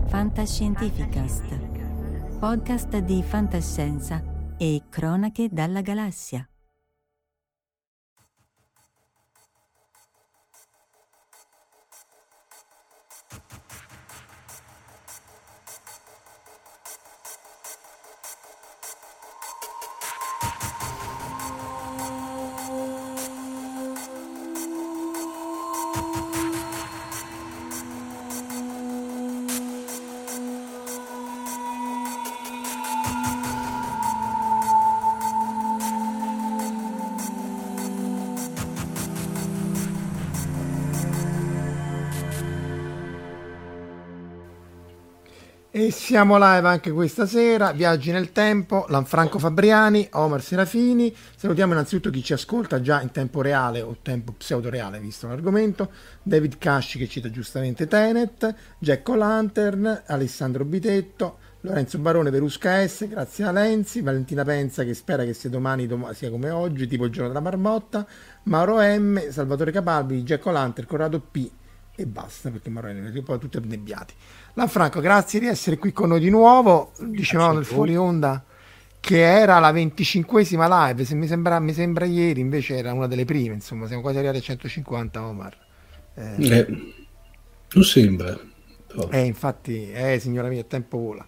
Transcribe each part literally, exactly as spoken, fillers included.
Fantascientificast, podcast di fantascienza e cronache dalla galassia. E siamo live anche questa sera, Viaggi nel tempo, Lanfranco Fabriani, Omar Serafini. Salutiamo innanzitutto chi ci ascolta già in tempo reale o tempo pseudo-reale, visto l'argomento. David Casci che cita giustamente Tenet, Jack O'Lantern, Alessandro Bitetto, Lorenzo Barone Verusca S, grazie a Lenzi, Valentina Penza che spera che sia domani dom- sia come oggi, tipo il giorno della marmotta, Mauro M, Salvatore Capalbi, Jack O'Lantern, Corrado P e basta, perché Mauro M poi tutti abbnebbiati. Lanfranco, grazie di essere qui con noi di nuovo. Dicevamo nel fuori onda che era la venticinquesima live, se mi sembra, mi sembra ieri, invece era una delle prime, insomma, siamo quasi arrivati a centocinquanta, Omar. Eh, eh, non sembra. Però. Eh, infatti, eh, signora mia, il tempo vola.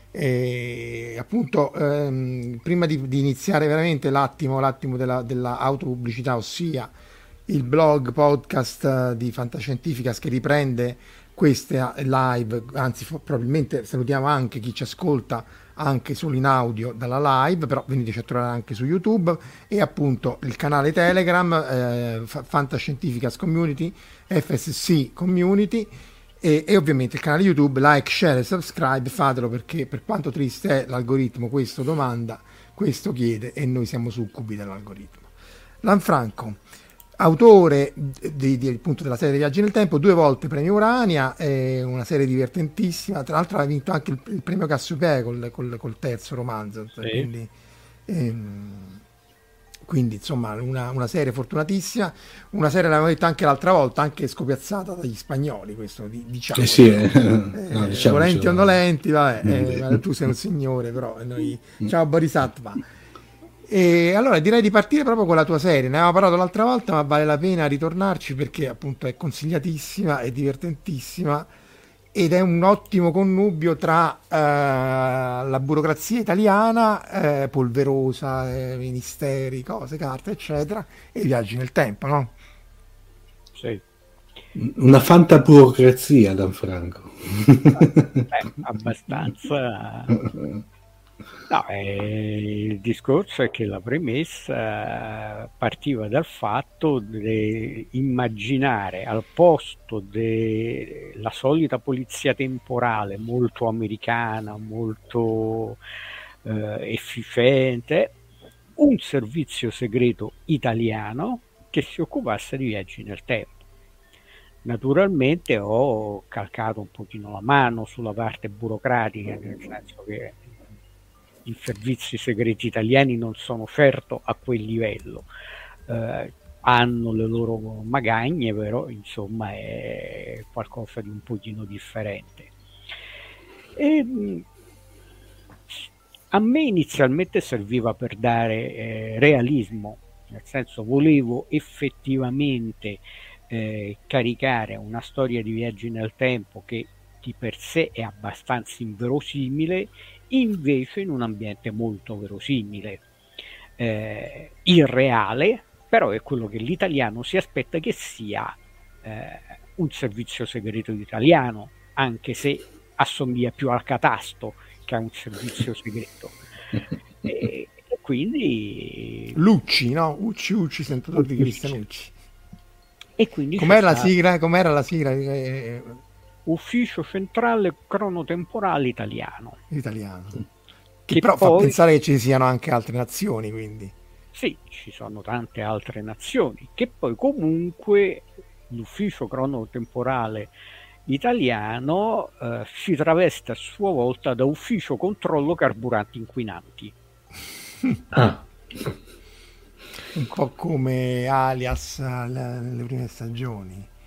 E appunto, ehm, prima di, di iniziare veramente l'attimo, l'attimo della, della autopubblicità, ossia il blog podcast di Fantascientificas che riprende queste live, anzi probabilmente salutiamo anche chi ci ascolta anche solo in audio dalla live, però veniteci a trovare anche su YouTube, e appunto il canale Telegram eh, Fantascientificas Community, F S C Community, e, e ovviamente il canale YouTube. Like, share e subscribe, fatelo, perché per quanto triste è l'algoritmo, questo domanda, questo chiede, e noi siamo succubi dell'algoritmo. Lanfranco, autore di, di, appunto della serie dei Viaggi nel Tempo, due volte premio Urania, è una serie divertentissima, tra l'altro ha vinto anche il, il premio Cassiopea col, col, col terzo romanzo, sì. quindi, ehm, quindi insomma una, una serie fortunatissima, una serie, l'abbiamo detto anche l'altra volta, anche scopiazzata dagli spagnoli, questo diciamo, eh sì, eh, eh, no, diciamo volenti o nolenti, vabbè, mm. eh, tu sei un signore, però noi, ciao Bodhisattva. E allora direi di partire proprio con la tua serie. Ne avevamo parlato l'altra volta, ma vale la pena ritornarci perché appunto è consigliatissima, è divertentissima ed è un ottimo connubio tra eh, la burocrazia italiana, eh, polverosa, eh, ministeri, cose, carte, eccetera, e i viaggi nel tempo, no? Sì. Una fantaburocrazia, Lanfranco. Eh, abbastanza. No, eh, il discorso è che la premessa partiva dal fatto di immaginare al posto della solita polizia temporale molto americana, molto eh, efficiente, un servizio segreto italiano che si occupasse di viaggi nel tempo. Naturalmente ho calcato un pochino la mano sulla parte burocratica, nel senso che i servizi segreti italiani non sono certo a quel livello, eh, hanno le loro magagne, però insomma è qualcosa di un pochino differente. E a me inizialmente serviva per dare eh, realismo, nel senso volevo effettivamente eh, caricare una storia di viaggi nel tempo che di per sé è abbastanza inverosimile, invece in un ambiente molto verosimile, eh, irreale, però è quello che l'italiano si aspetta che sia eh, un servizio segreto italiano, anche se assomiglia più al catasto che a un servizio segreto. e, e quindi Lucci, no? Ucci Ucci, sentatore di Cristian Ucci. E quindi com'era la sigla? Com'era la sigla? Ufficio Centrale Cronotemporale Italiano. Italiano. Che, che però poi fa pensare che ci siano anche altre nazioni, quindi. Sì, ci sono tante altre nazioni, che poi comunque l'Ufficio Cronotemporale Italiano eh, si traveste a sua volta da Ufficio Controllo Carburanti Inquinanti. Ah. Un po' come Alias nelle prime stagioni.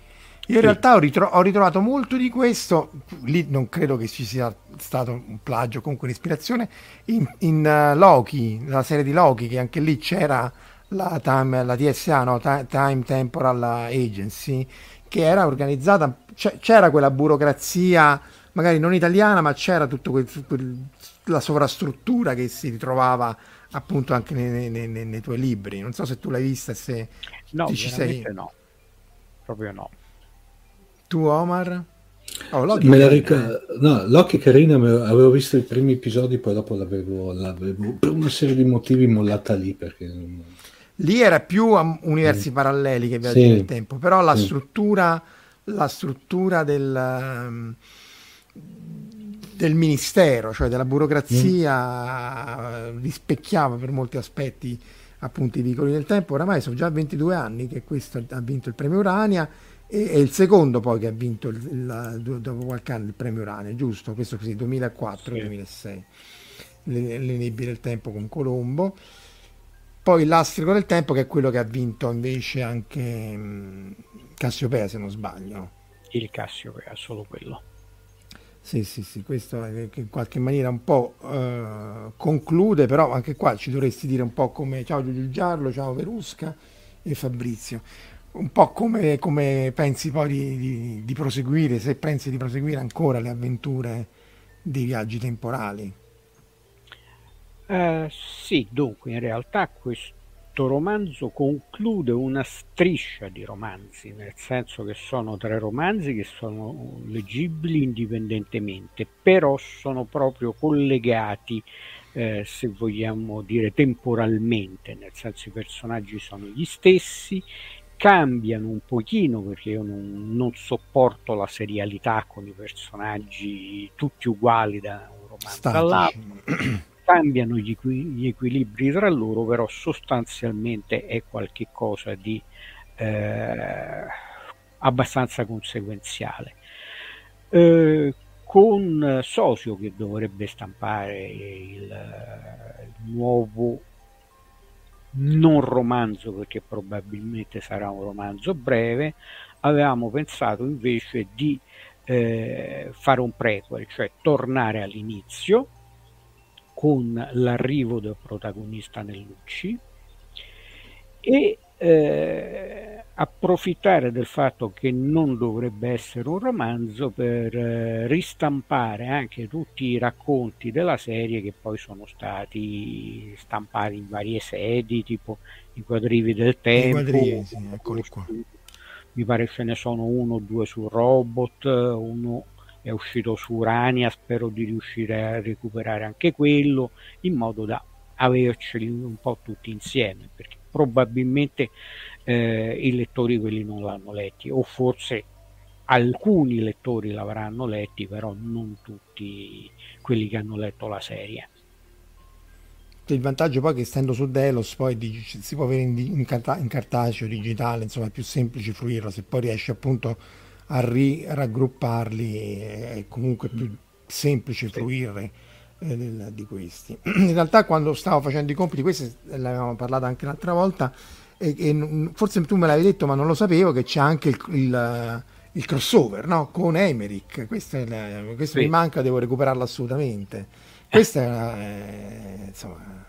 Io in realtà ho, ritro- ho ritrovato molto di questo, lì non credo che ci sia stato un plagio, comunque un'ispirazione, in, in uh, Loki, la serie di Loki, che anche lì c'era la, time, la T S A, no? Time Temporal Agency, che era organizzata, c- c'era quella burocrazia, magari non italiana, ma c'era tutta quel, quel, la sovrastruttura che si ritrovava appunto anche nei, nei, nei, nei tuoi libri. Non so se tu l'hai vista e se no, ci sei. No, proprio no. Tu, Omar? Oh, Loki me la carina, ric- eh. No, Loki è carina, avevo visto i primi episodi, poi dopo l'avevo, l'avevo per una serie di motivi mollata lì, perché lì era più universi mm. paralleli che viaggi sì. nel tempo, però la sì. struttura la struttura del um, del ministero, cioè della burocrazia mm. rispecchiava per molti aspetti appunto i vicoli del tempo. Oramai sono già ventidue anni che questo ha vinto il premio Urania, e è il secondo poi che ha vinto il, il, dopo qualche anno il premio Urania, giusto? Questo così, duemilaquattro duemilasei, sì. L'Enigma del tempo con Colombo. Poi L'Astrico del tempo, che è quello che ha vinto invece anche mh, Cassiopea, se non sbaglio. Il Cassiopea, solo quello. Sì, sì, sì, questo è che in qualche maniera un po' eh, conclude, però anche qua ci dovresti dire un po' come ciao Giulio Giarlo, ciao Verusca e Fabrizio. Un po' come, come pensi poi di, di, di proseguire, se pensi di proseguire ancora le avventure dei viaggi temporali. Uh, sì, dunque in realtà questo romanzo conclude una striscia di romanzi, nel senso che sono tre romanzi che sono leggibili indipendentemente, però sono proprio collegati, eh, se vogliamo dire temporalmente, nel senso i personaggi sono gli stessi, cambiano un pochino perché io non, non sopporto la serialità con i personaggi tutti uguali da un romanzo all'altro, cambiano gli, gli equilibri tra loro, però sostanzialmente è qualche cosa di eh, abbastanza conseguenziale. Eh, con Sosio, che dovrebbe stampare il, il nuovo non romanzo, perché probabilmente sarà un romanzo breve, avevamo pensato invece di eh, fare un prequel, cioè tornare all'inizio con l'arrivo del protagonista Nellucci e eh, approfittare del fatto che non dovrebbe essere un romanzo per eh, ristampare anche tutti i racconti della serie che poi sono stati stampati in varie sedi, tipo i quadrivi del tempo. I quadrivi, sì, eccoli qua. Mi pare ce ne sono uno o due su Robot, uno è uscito su Urania, spero di riuscire a recuperare anche quello, in modo da averceli un po' tutti insieme, perché probabilmente eh, i lettori quelli non l'hanno letti, o forse alcuni lettori l'avranno letti, però non tutti quelli che hanno letto la serie. Il vantaggio poi è che essendo su Delos poi si può avere in, in, carta, in cartaceo, digitale, insomma è più semplice fruirlo, se poi riesci appunto a ri, raggrupparli è comunque più semplice fruire eh, del, di questi. In realtà quando stavo facendo i compiti, queste l'avevamo parlato anche l'altra volta, e, e forse tu me l'avevi detto ma non lo sapevo, che c'è anche il, il, il crossover, no? Con Emmerich, questo, è, questo sì. Mi manca, devo recuperarlo assolutamente. Questa è insomma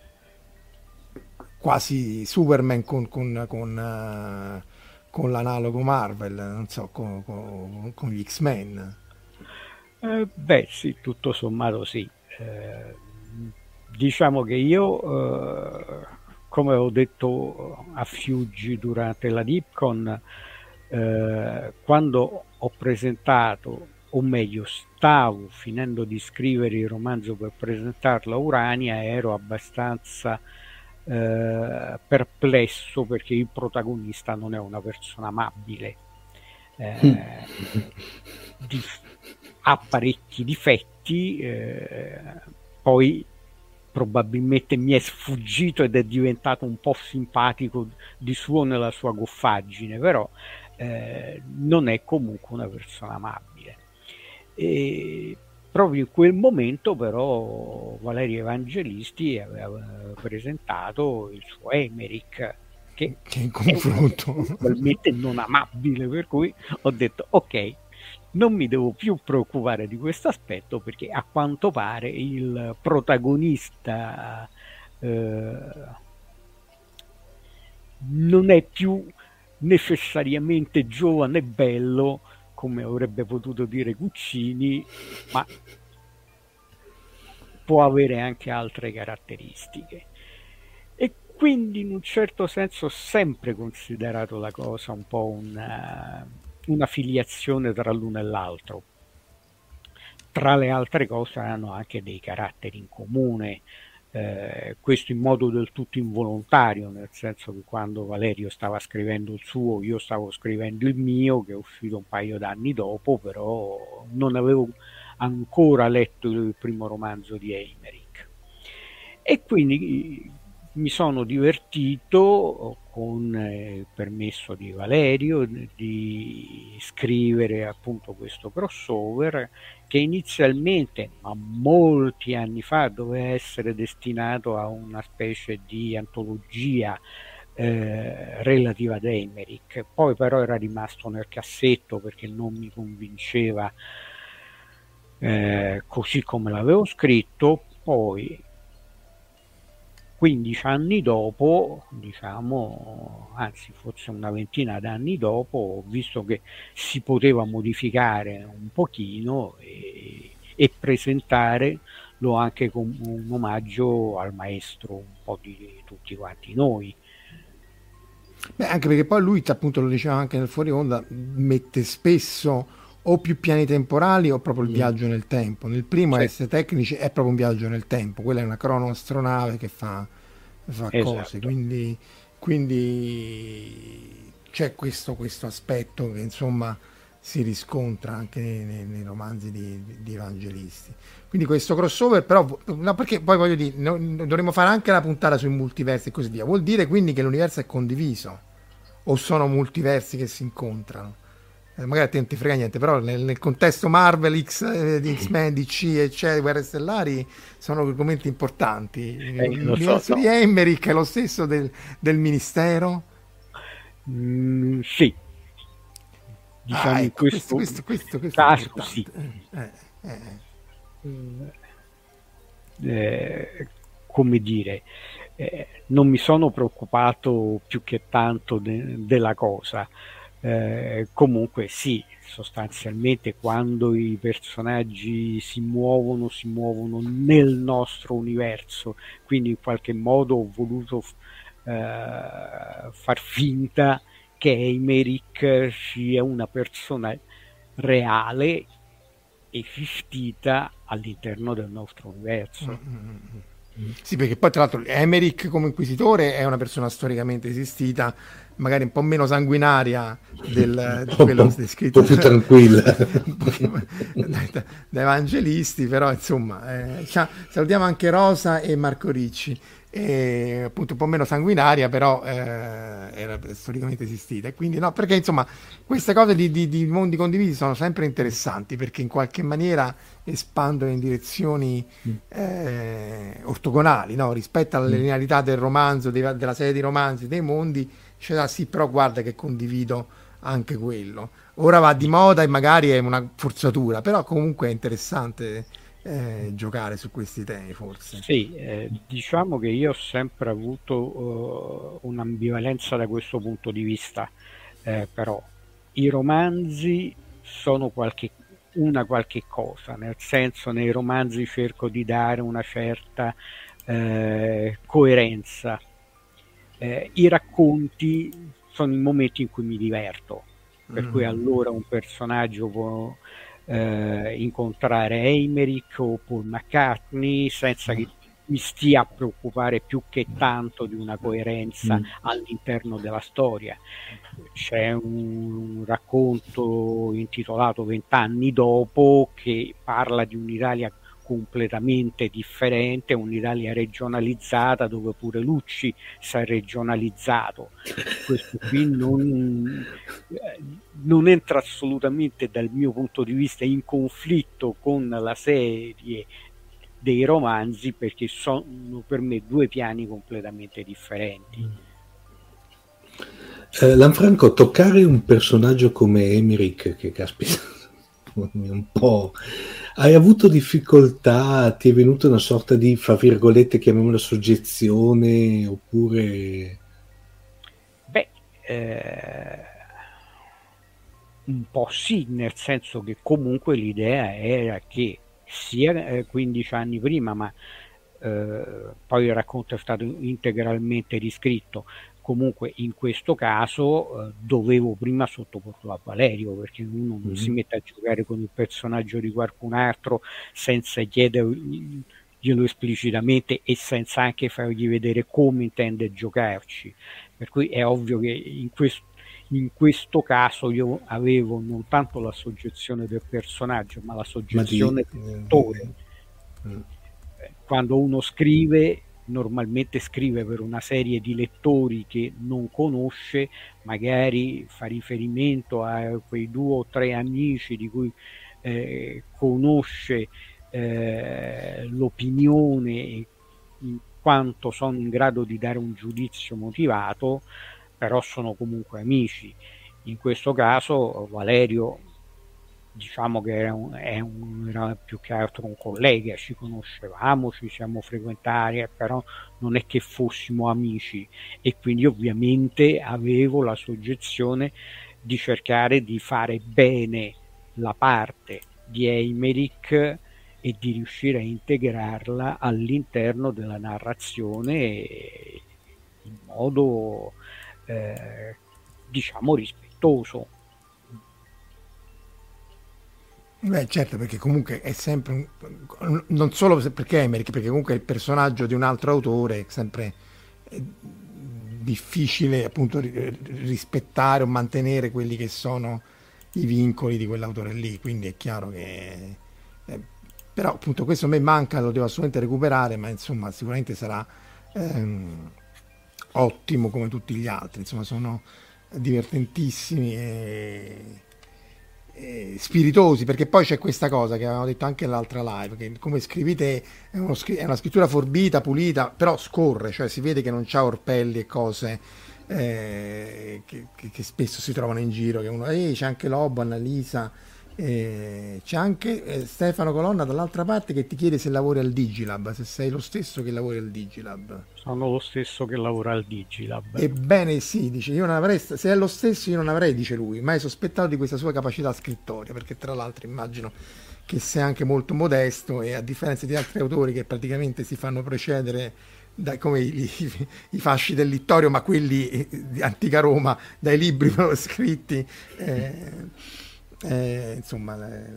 quasi Superman con, con, con, uh, con l'analogo Marvel, non so, con, con, con gli X-Men. Eh, beh sì, tutto sommato sì. Eh, diciamo che io, eh, come ho detto a Fiuggi durante la Dipcon, eh, quando ho presentato, o meglio stavo finendo di scrivere il romanzo per presentarlo a Urania, ero abbastanza eh, perplesso perché il protagonista non è una persona amabile, eh, di, ha parecchi difetti, eh, poi probabilmente mi è sfuggito ed è diventato un po' simpatico di suo nella sua goffaggine, però eh, non è comunque una persona amabile. E proprio in quel momento però Valerio Evangelisti aveva presentato il suo Emmerich, che, che in confronto è probabilmente non amabile, per cui ho detto ok, non mi devo più preoccupare di questo aspetto, perché a quanto pare il protagonista eh, non è più necessariamente giovane e bello come avrebbe potuto dire Guccini, ma può avere anche altre caratteristiche. E quindi in un certo senso ho sempre considerato la cosa un po' una, una filiazione tra l'uno e l'altro. Tra le altre cose hanno anche dei caratteri in comune, eh, questo in modo del tutto involontario, nel senso che quando Valerio stava scrivendo il suo, io stavo scrivendo il mio, che è uscito un paio d'anni dopo, però non avevo ancora letto il primo romanzo di Eymerich. E quindi mi sono divertito, con il permesso di Valerio, di scrivere appunto questo crossover che inizialmente, ma molti anni fa, doveva essere destinato a una specie di antologia eh, relativa ad Eymerich. Poi però era rimasto nel cassetto perché non mi convinceva eh, così come l'avevo scritto. Poi quindici anni dopo, diciamo, anzi forse una ventina d'anni dopo, ho visto che si poteva modificare un pochino e, e presentarlo anche come un omaggio al maestro un po' di tutti quanti noi. Beh, anche perché poi lui, appunto, lo diceva anche nel fuori onda, mette spesso o più piani temporali o proprio il viaggio nel tempo. Nel primo, sì, essere tecnici, è proprio un viaggio nel tempo, quella è una cronoastronave che fa, fa esatto. cose, quindi, quindi c'è questo, questo aspetto che insomma si riscontra anche nei, nei, nei romanzi di, di Evangelisti. Quindi questo crossover, però, no, perché poi voglio dire, no, dovremmo fare anche la puntata sui multiversi e così via. Vuol dire quindi che l'universo è condiviso o sono multiversi che si incontrano? Magari a te non ti frega niente, però nel, nel contesto Marvel, X, eh, di X-Men, D C, eccetera, Guerre Stellari, sono argomenti importanti. Eh, L'universo so, no. di Eymerich è lo stesso del, del Ministero? Mm, sì. Diciamo ah, in ecco, questo, questo, questo, questo caso sì. Eh, eh. Eh, come dire, eh, non mi sono preoccupato più che tanto de- della cosa. Eh, comunque sì, sostanzialmente quando i personaggi si muovono si muovono nel nostro universo, quindi in qualche modo ho voluto eh, far finta che Eymerich sia una persona reale, esistita all'interno del nostro universo. Mm-hmm. Sì, perché poi tra l'altro Eymerich come inquisitore è una persona storicamente esistita, magari un po' meno sanguinaria del, di quello descritto, un po' più tranquilla da, da Evangelisti, però insomma eh, salutiamo anche Rosa e Marco Ricci, e appunto un po' meno sanguinaria, però eh, era storicamente esistita, e quindi no, perché insomma queste cose di, di, di mondi condivisi sono sempre interessanti, perché in qualche maniera espandono in direzioni eh, ortogonali, no? Rispetto alla linearità del romanzo, dei, della serie di romanzi, dei mondi, cioè, sì, però guarda che condivido anche quello. Ora va di moda e magari è una forzatura, però comunque è interessante eh, giocare su questi temi, forse. Sì, eh, diciamo che io ho sempre avuto uh, un'ambivalenza da questo punto di vista, eh, però i romanzi sono qualche una qualche cosa, nel senso, nei romanzi cerco di dare una certa eh, coerenza. Eh, i racconti sono i momenti in cui mi diverto, per mm. cui allora un personaggio può eh, incontrare Eymerich o Paul McCartney senza mm. che mi stia a preoccupare più che tanto di una coerenza mm. all'interno della storia. C'è un racconto intitolato Vent'anni dopo che parla di un'Italia completamente differente, un'Italia regionalizzata dove pure Lucci si è regionalizzato. Questo qui non, non entra assolutamente dal mio punto di vista in conflitto con la serie dei romanzi, perché sono per me due piani completamente differenti. Eh, Lanfranco, toccare un personaggio come Emmerich, che caspita, un po'... Hai avuto difficoltà? Ti è venuta una sorta di, fra virgolette, chiamiamola soggezione, oppure... Beh, eh, un po' sì, nel senso che comunque l'idea era che sia eh, quindici anni prima, ma eh, poi il racconto è stato integralmente riscritto, comunque in questo caso eh, dovevo prima sottoporlo a Valerio, perché uno non mm-hmm. si mette a giocare con il personaggio di qualcun altro senza chiederglielo esplicitamente e senza anche fargli vedere come intende giocarci, per cui è ovvio che in questo in questo caso io avevo non tanto la soggezione del personaggio, ma la soggezione ma di... del lettore. Mm. Quando uno scrive, normalmente scrive per una serie di lettori che non conosce, magari fa riferimento a quei due o tre amici di cui eh, conosce eh, l'opinione, in quanto sono in grado di dare un giudizio motivato, però sono comunque amici. In questo caso Valerio, diciamo che era, un, è un, era più che altro un collega, ci conoscevamo, ci siamo frequentati, però non è che fossimo amici, e quindi ovviamente avevo la soggezione di cercare di fare bene la parte di Emmerich e di riuscire a integrarla all'interno della narrazione in modo Eh, diciamo rispettoso. Beh, certo, perché comunque è sempre un, non solo perché Emmerich, perché comunque è il personaggio di un altro autore, è sempre è difficile appunto rispettare o mantenere quelli che sono i vincoli di quell'autore lì, quindi è chiaro che eh, però appunto questo a me manca, lo devo assolutamente recuperare, ma insomma sicuramente sarà ehm, ottimo come tutti gli altri, insomma sono divertentissimi e, e spiritosi, perché poi c'è questa cosa che avevamo detto anche nell'altra live, che come scrivi te è, uno, è una scrittura forbita, pulita, però scorre, cioè si vede che non c'ha orpelli e cose eh, che, che, che spesso si trovano in giro, che uno, eh, c'è anche Lobo, Annalisa, eh, c'è anche eh, Stefano Colonna dall'altra parte che ti chiede se lavori al Digilab, se sei lo stesso che lavori al Digilab. Sono lo stesso che lavora al Digilab. Ebbene sì, dice, io non avrei, se è lo stesso io non avrei, dice lui, mai sospettato di questa sua capacità scrittoria, perché tra l'altro immagino che sia anche molto modesto e a differenza di altri autori che praticamente si fanno precedere da, come i, i, i fasci del Littorio, ma quelli di antica Roma, dai libri scritti, eh, eh, insomma,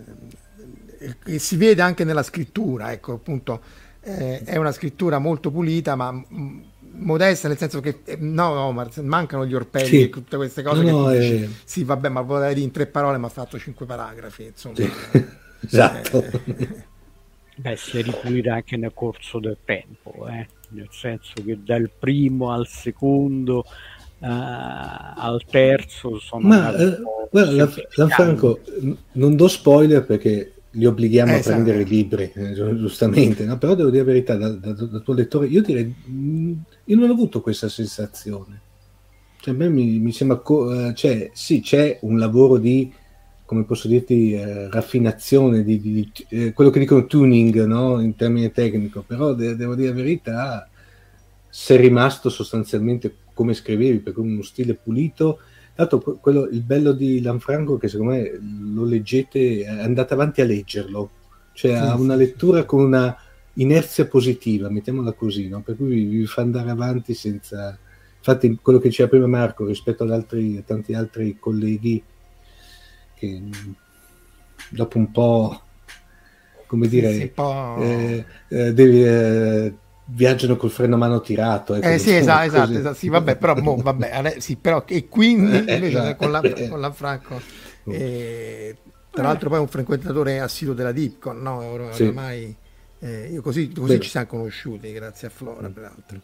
eh, si vede anche nella scrittura, ecco, appunto, eh, è una scrittura molto pulita, ma mh, modesta, nel senso che eh, no, no, ma mancano gli orpelli sì. e tutte queste cose no, che tu dici, eh... sì, vabbè, ma vorrei dire in tre parole, ma ha fatto cinque paragrafi, insomma. Sì. Esatto. Eh, Beh, si è ripulita anche nel corso del tempo, eh? Nel senso che dal primo al secondo Uh, al terzo sono ma eh, guarda, Lanfranco, non do spoiler perché li obblighiamo eh, a esatto. prendere i libri eh, giustamente, no? Però devo dire la verità da, da, da tuo lettore io direi mh, io non ho avuto questa sensazione, cioè a me mi, mi sembra co- uh, cioè sì c'è un lavoro di, come posso dirti, eh, raffinazione di, di, di eh, quello che dicono tuning, no? In termini tecnico, però de- devo dire la verità, sei rimasto sostanzialmente come scrivevi, perché uno stile pulito. Tanto quello, il bello di Lanfranco che secondo me lo leggete, andate avanti a leggerlo, cioè sì, ha una lettura con una inerzia positiva, mettiamola così, no? Per cui vi, vi fa andare avanti senza... Infatti quello che diceva prima Marco rispetto ad altri, a tanti altri colleghi che dopo un po', come dire, sì, sì, po'... Eh, eh, devi... Eh, viaggiano col freno a mano tirato, ecco, eh sì esatto, esatto, esatto sì vabbè però mo, vabbè sì però e quindi invece eh, con la con Lanfranco eh, tra l'altro poi è un frequentatore assiduo della Dipcon, no? Or- sì. Ormai eh, io così, così ci siamo conosciuti grazie a Flora peraltro.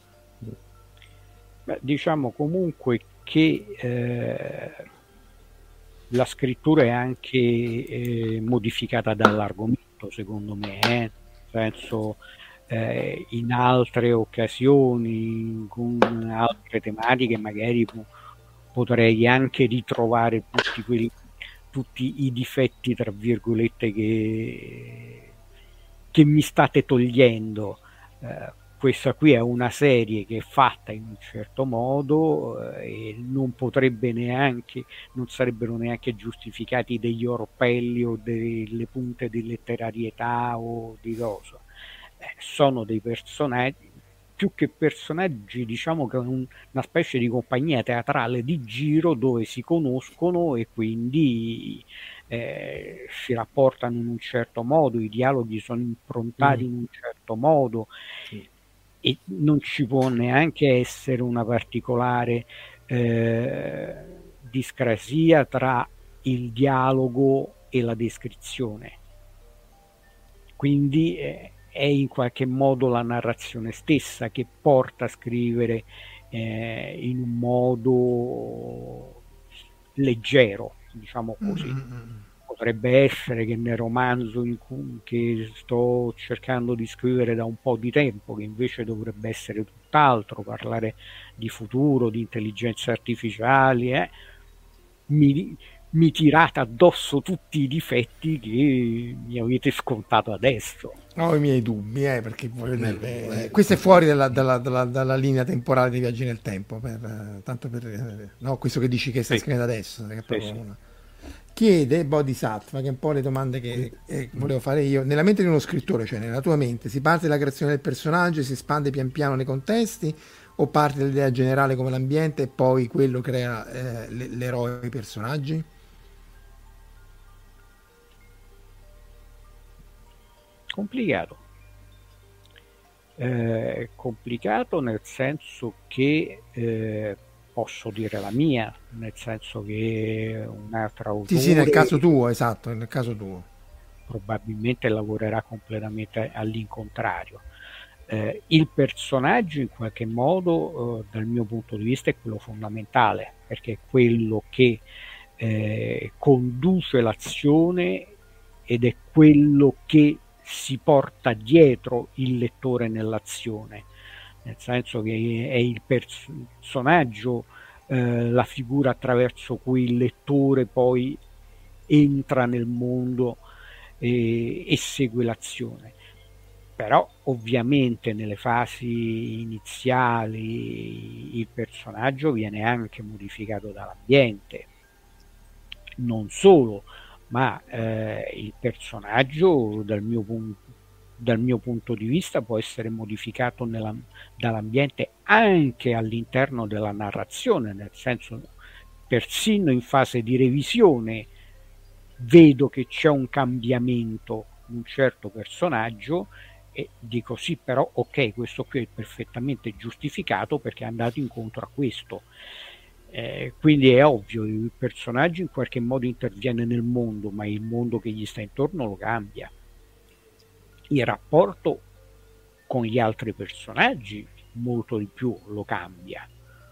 Beh, diciamo comunque che eh, la scrittura è anche eh, modificata dall'argomento secondo me, eh? Nel senso Eh, in altre occasioni con altre tematiche magari potrei anche ritrovare tutti quelli, tutti i difetti tra virgolette che, che mi state togliendo. Eh, questa qui è una serie che è fatta in un certo modo eh, e non potrebbe neanche, non sarebbero neanche giustificati degli orpelli o delle punte di letterarietà o di cosa. Eh, sono dei personaggi, più che personaggi, diciamo che è un, una specie di compagnia teatrale di giro dove si conoscono e quindi eh, si rapportano in un certo modo, i dialoghi sono improntati mm. in un certo modo. Sì. E non ci può neanche essere una particolare eh, discrasia tra il dialogo e la descrizione. Quindi eh, è in qualche modo la narrazione stessa che porta a scrivere eh, in un modo leggero, diciamo così. Mm-hmm. Potrebbe essere che nel romanzo in cui, che sto cercando di scrivere da un po' di tempo, che invece dovrebbe essere tutt'altro, parlare di futuro, di intelligenze artificiali, eh, mi, mi tirate addosso tutti i difetti che mi avete scontato adesso. Ho i miei dubbi, eh, perché voglio dire, eh, questo è fuori dalla, dalla, dalla, dalla linea temporale dei viaggi nel tempo, per, eh, tanto per eh, no, questo che dici che stai sì. scrivendo adesso, che è proprio sì, sì. Una... Chiede Bodhisattva, che è un po' le domande che eh, volevo fare io. Nella mente di uno scrittore, cioè nella tua mente, si parte dalla creazione del personaggio e si espande pian piano nei contesti, o parte dall'idea generale come l'ambiente e poi quello crea eh, l'eroe e i personaggi? Complicato. Eh, complicato nel senso che eh, posso dire la mia, nel senso che un altro autore... Sì, sì, nel caso tuo, esatto, nel caso tuo. Probabilmente lavorerà completamente all'incontrario. Eh, il personaggio in qualche modo, eh, dal mio punto di vista, è quello fondamentale, perché è quello che eh, conduce l'azione ed è quello che si porta dietro il lettore nell'azione. Nel senso che è il personaggio, eh, la figura attraverso cui il lettore poi entra nel mondo e, e segue l'azione. Però ovviamente nelle fasi iniziali il personaggio viene anche modificato dall'ambiente. Non solo, ma eh, il personaggio dal mio punto dal mio punto di vista può essere modificato nella, dall'ambiente anche all'interno della narrazione, nel senso persino in fase di revisione vedo che c'è un cambiamento in un certo personaggio e dico sì, però ok, questo qui è perfettamente giustificato perché è andato incontro a questo. Eh, quindi è ovvio, il personaggio in qualche modo interviene nel mondo, ma il mondo che gli sta intorno lo cambia. Il rapporto con gli altri personaggi molto di più lo cambia.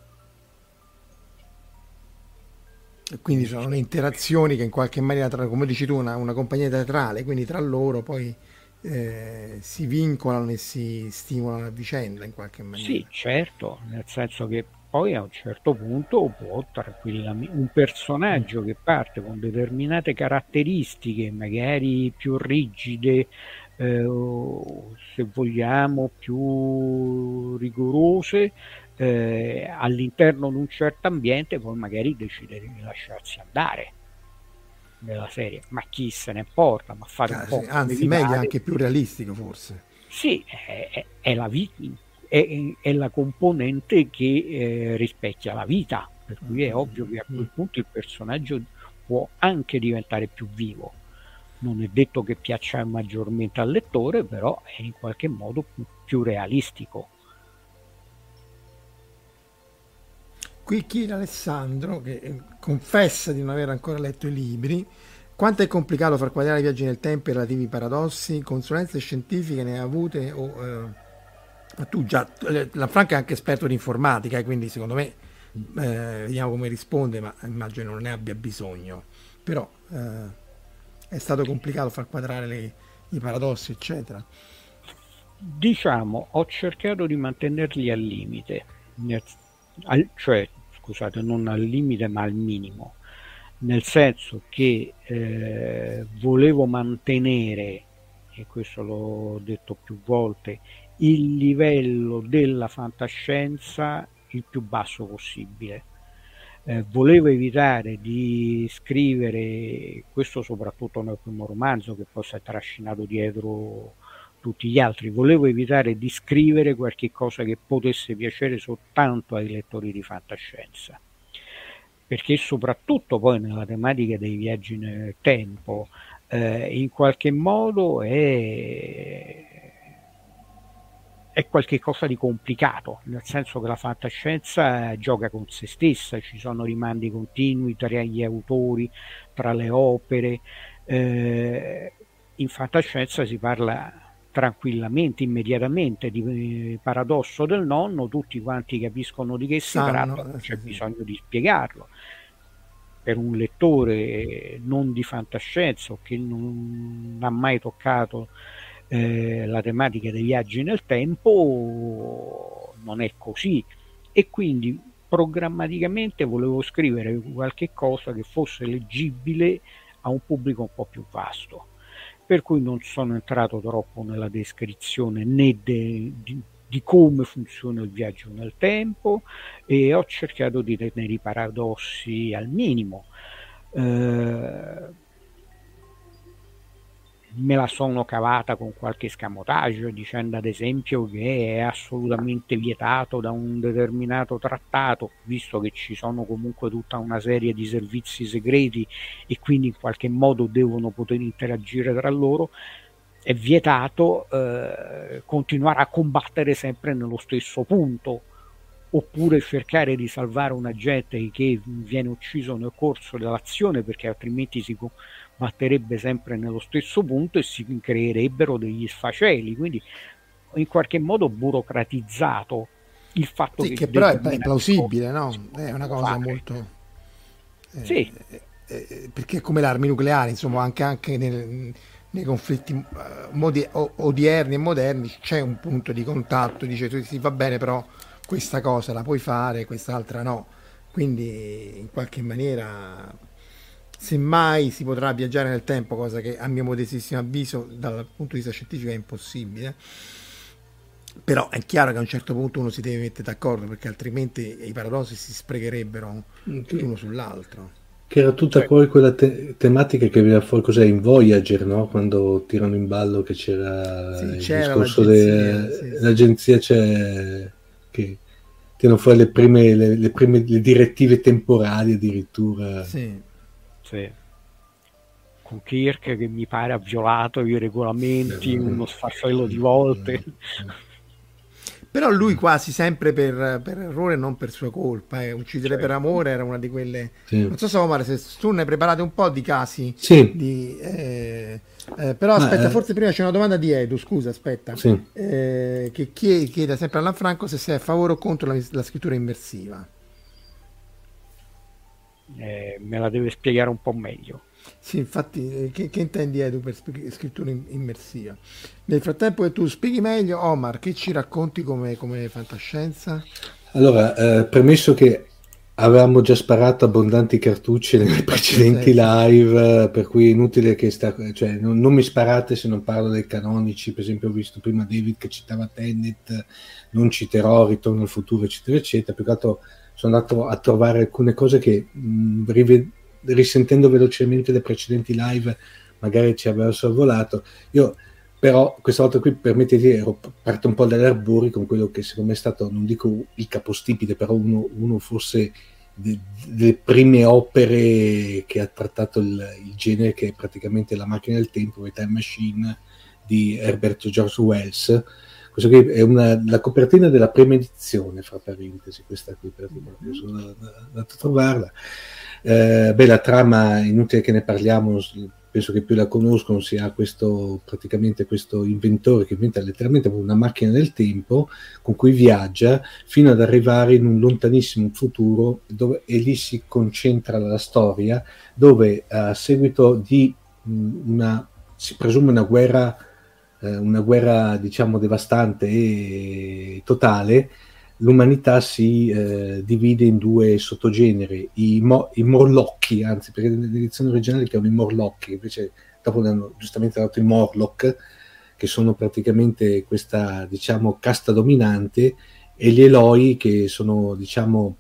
Quindi sono le interazioni che in qualche maniera, tra, come dici tu, una, una compagnia teatrale, quindi tra loro poi eh, si vincolano e si stimolano a vicenda in qualche maniera. Sì, certo, nel senso che poi a un certo punto può tranquillamente un personaggio che parte con determinate caratteristiche, magari più rigide, Eh, se vogliamo più rigorose, eh, all'interno di un certo ambiente, poi magari decide di lasciarsi andare nella serie, ma chi se ne importa, ma fare ah, un po' sì, anzi meglio, anche più realistico forse. Sì, è, è, è la vita, è, è la componente che eh, rispecchia la vita, per cui è ovvio che a quel punto il personaggio può anche diventare più vivo. Non è detto che piaccia maggiormente al lettore, però è in qualche modo più, più realistico. Qui chiede Alessandro, che confessa di non aver ancora letto i libri, quanto è complicato far quadrare i viaggi nel tempo e i relativi paradossi, consulenze scientifiche ne ha avute o eh, tu già, Lanfranco è anche esperto di informatica e quindi secondo me eh, vediamo come risponde, ma immagino non ne abbia bisogno, però eh, è stato complicato far quadrare le, i paradossi, eccetera. Diciamo, ho cercato di mantenerli al limite, nel, al, cioè, scusate, non al limite ma al minimo, nel senso che eh, volevo mantenere, e questo l'ho detto più volte, il livello della fantascienza il più basso possibile. Eh, volevo evitare di scrivere, questo soprattutto nel primo romanzo che poi si è trascinato dietro tutti gli altri, volevo evitare di scrivere qualche cosa che potesse piacere soltanto ai lettori di fantascienza, perché soprattutto poi nella tematica dei viaggi nel tempo eh, in qualche modo è è qualche cosa di complicato, nel senso che la fantascienza gioca con se stessa, ci sono rimandi continui tra gli autori, tra le opere. Eh, in fantascienza si parla tranquillamente, immediatamente di paradosso del nonno, tutti quanti capiscono di che si tratta, non c'è bisogno di spiegarlo. Per un lettore non di fantascienza o che non ha mai toccato Eh, la tematica dei viaggi nel tempo non è così, e quindi programmaticamente volevo scrivere qualche cosa che fosse leggibile a un pubblico un po' più vasto, per cui non sono entrato troppo nella descrizione né de, di, di come funziona il viaggio nel tempo, e ho cercato di tenere i paradossi al minimo. eh, me la sono cavata con qualche escamotage, dicendo ad esempio che è assolutamente vietato da un determinato trattato, visto che ci sono comunque tutta una serie di servizi segreti e quindi in qualche modo devono poter interagire tra loro, è vietato eh, continuare a combattere sempre nello stesso punto, oppure cercare di salvare un agente che viene ucciso nel corso dell'azione, perché altrimenti si batterebbe sempre nello stesso punto e si creerebbero degli sfaceli, quindi in qualche modo burocratizzato il fatto sì, che, che però è, è plausibile, no? È una cosa fare. molto eh, sì. eh, perché è come le armi nucleari, insomma, anche, anche nel, nei conflitti uh, modi, o, odierni e moderni c'è un punto di contatto, dice tu sì, va bene, però questa cosa la puoi fare, quest'altra no, quindi in qualche maniera semmai si potrà viaggiare nel tempo, cosa che a mio modestissimo avviso dal punto di vista scientifico è impossibile, però è chiaro che a un certo punto uno si deve mettere d'accordo, perché altrimenti i paradossi si sprecherebbero che, uno sull'altro, che era tutta cioè, poi quella te- tematica che viene fuori, cos'è, in Voyager, no? Quando tirano in ballo che c'era, sì, il c'era discorso l'agenzia, de- sì, sì. l'agenzia c'è che tirano fuori le prime le, le prime le direttive temporali addirittura, sì. Sì. Con Kirk che mi pare ha violato i regolamenti uno sfascello di volte, però lui quasi sempre per, per errore, non per sua colpa, eh. Uccidere certo. per amore era una di quelle, sì. Non so se Omar, se tu ne hai preparate un po' di casi, sì. di, eh, eh, però aspetta, Ma, forse eh... prima c'è una domanda di Edu, scusa, aspetta, sì. eh, che chiede, chiede sempre a Lanfranco se sei a favore o contro la, la scrittura immersiva. Eh, me la deve spiegare un po' meglio. Sì, infatti, che, che intendi Edu per scrittura immersiva? Nel frattempo che tu spieghi meglio, Omar, che ci racconti come, come fantascienza? Allora, eh, premesso che avevamo già sparato abbondanti cartucce nelle precedenti sì, live, sì. Per cui è inutile che sta, cioè, non, non mi sparate se non parlo dei canonici. Per esempio ho visto prima David che citava Tenet, non citerò Ritorno al futuro, eccetera, eccetera. Più che altro sono andato a trovare alcune cose che mh, rive- risentendo velocemente le precedenti live magari ci aveva sorvolato. Io però questa volta qui, permettete, ero parto un po' dagli arbori con quello che secondo me è stato, non dico il capostipite, però uno, uno forse de, delle prime opere che ha trattato il, il genere, che è praticamente La macchina del tempo, The Time Machine di Herbert George Wells. Questo qui è una, la copertina della prima edizione, fra parentesi, questa qui praticamente, sono andato a trovarla. Eh, beh, la trama, inutile che ne parliamo, penso che più la conoscono, si ha questo, praticamente questo inventore che inventa letteralmente una macchina del tempo con cui viaggia fino ad arrivare in un lontanissimo futuro, dove, e lì si concentra la storia, dove a seguito di una, si presume una guerra, eh, una guerra diciamo devastante e totale, l'umanità si eh, divide in due sottogeneri, i, mo- i morlocchi, anzi, perché nell'edizione originale li chiamano i morlocchi, invece dopo hanno giustamente dato i morlock, che sono praticamente questa, diciamo, casta dominante, e gli Eloi, che sono, diciamo,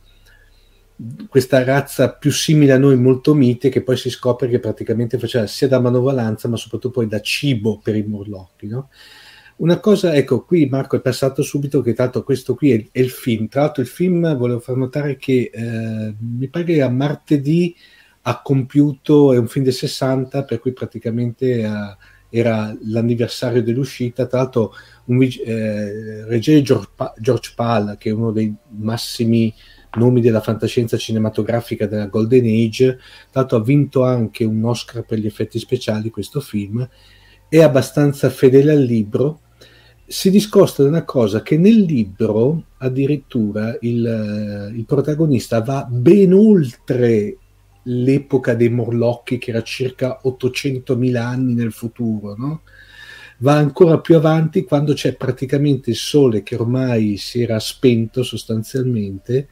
questa razza più simile a noi, molto mite, che poi si scopre che praticamente faceva sia da manovalanza, ma soprattutto poi da cibo per i morlocchi, no? Una cosa, ecco, qui Marco è passato subito che tanto questo qui è, è il film. Tra l'altro il film, volevo far notare che eh, mi pare che a martedì ha compiuto, è un film del sessanta, per cui praticamente eh, era l'anniversario dell'uscita. Tra l'altro un eh, reggere George, pa- George Pal, che è uno dei massimi nomi della fantascienza cinematografica della Golden Age, tra l'altro ha vinto anche un Oscar per gli effetti speciali questo film, è abbastanza fedele al libro. Si discosta da una cosa che nel libro addirittura il, il protagonista va ben oltre l'epoca dei Morlocchi, che era circa ottocentomila anni nel futuro, no? Va ancora più avanti, quando c'è praticamente il sole che ormai si era spento sostanzialmente,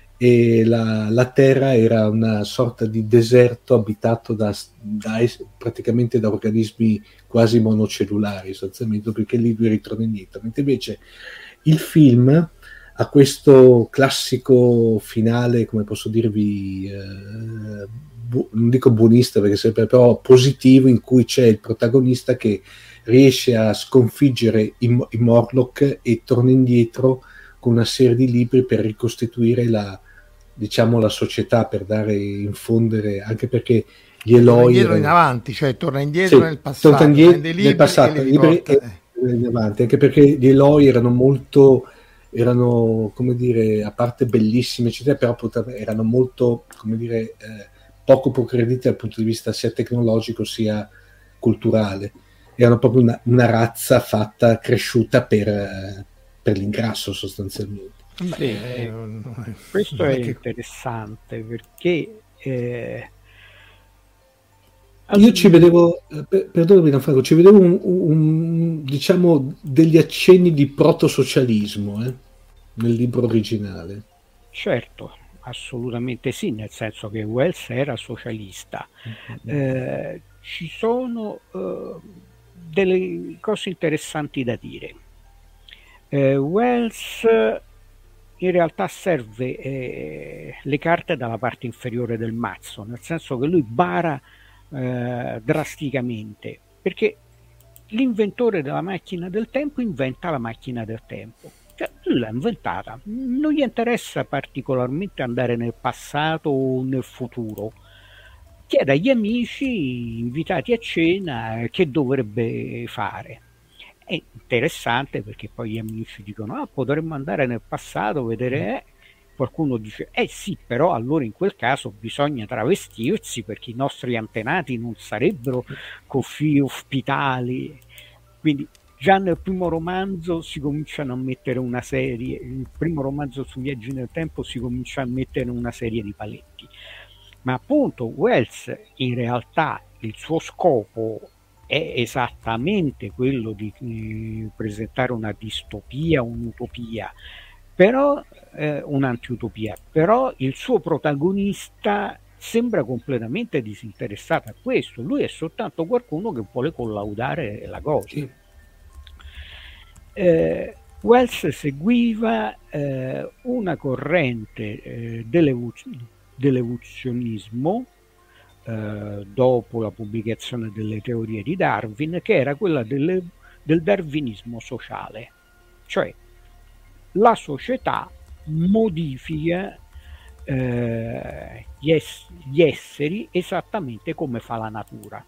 e la, la terra era una sorta di deserto abitato da, da praticamente da organismi quasi monocellulari, sostanzialmente, perché lì lui ritorna indietro. Mentre invece il film ha questo classico finale, come posso dirvi, eh, bu- non dico buonista, perché sempre, però positivo, in cui c'è il protagonista che riesce a sconfiggere i, i Morlock e torna indietro con una serie di libri per ricostituire la, diciamo, la società, per dare, infondere, anche perché gli Eloi torna indietro erano... in avanti, cioè torna indietro sì, nel passato, torna indietro libri nel passato, e li libri riporta, e, in avanti, anche perché gli Eloi erano molto, erano, come dire, a parte bellissimi eccetera, però erano molto, come dire, eh, poco progrediti dal punto di vista sia tecnologico sia culturale. Erano proprio una, una razza fatta, cresciuta per, eh, per l'ingrasso sostanzialmente. Beh, sì, eh, questo è interessante perché eh, io ci vedevo, per, perdonami Gianfranco, ci vedevo un, un, diciamo, degli accenni di protosocialismo eh, nel libro originale. Certo, assolutamente sì, nel senso che Wells era socialista. Mm-hmm. Eh, ci sono eh, delle cose interessanti da dire. Eh, Wells in realtà serve eh, le carte dalla parte inferiore del mazzo, nel senso che lui bara eh, drasticamente, perché l'inventore della macchina del tempo inventa la macchina del tempo. Cioè, lui l'ha inventata, non gli interessa particolarmente andare nel passato o nel futuro. Chiede agli amici invitati a cena che dovrebbe fare. È interessante perché poi gli amici dicono ah, potremmo andare nel passato, vedere eh. Qualcuno dice eh sì, però allora in quel caso bisogna travestirsi perché i nostri antenati non sarebbero così ospitali. Quindi già nel primo romanzo si cominciano a mettere una serie, il primo romanzo su viaggi nel tempo si comincia a mettere una serie di paletti. Ma appunto Wells in realtà il suo scopo è esattamente quello di eh, presentare una distopia, un'utopia, però eh, un'antiutopia, però il suo protagonista sembra completamente disinteressato a questo, lui è soltanto qualcuno che vuole collaudare la cosa. Eh, Wells seguiva eh, una corrente eh, dell'evo- dell'evoluzionismo eh, dopo la pubblicazione delle teorie di Darwin, che era quella delle, del darwinismo sociale, cioè la società modifica eh, gli, ess- gli esseri esattamente come fa la natura.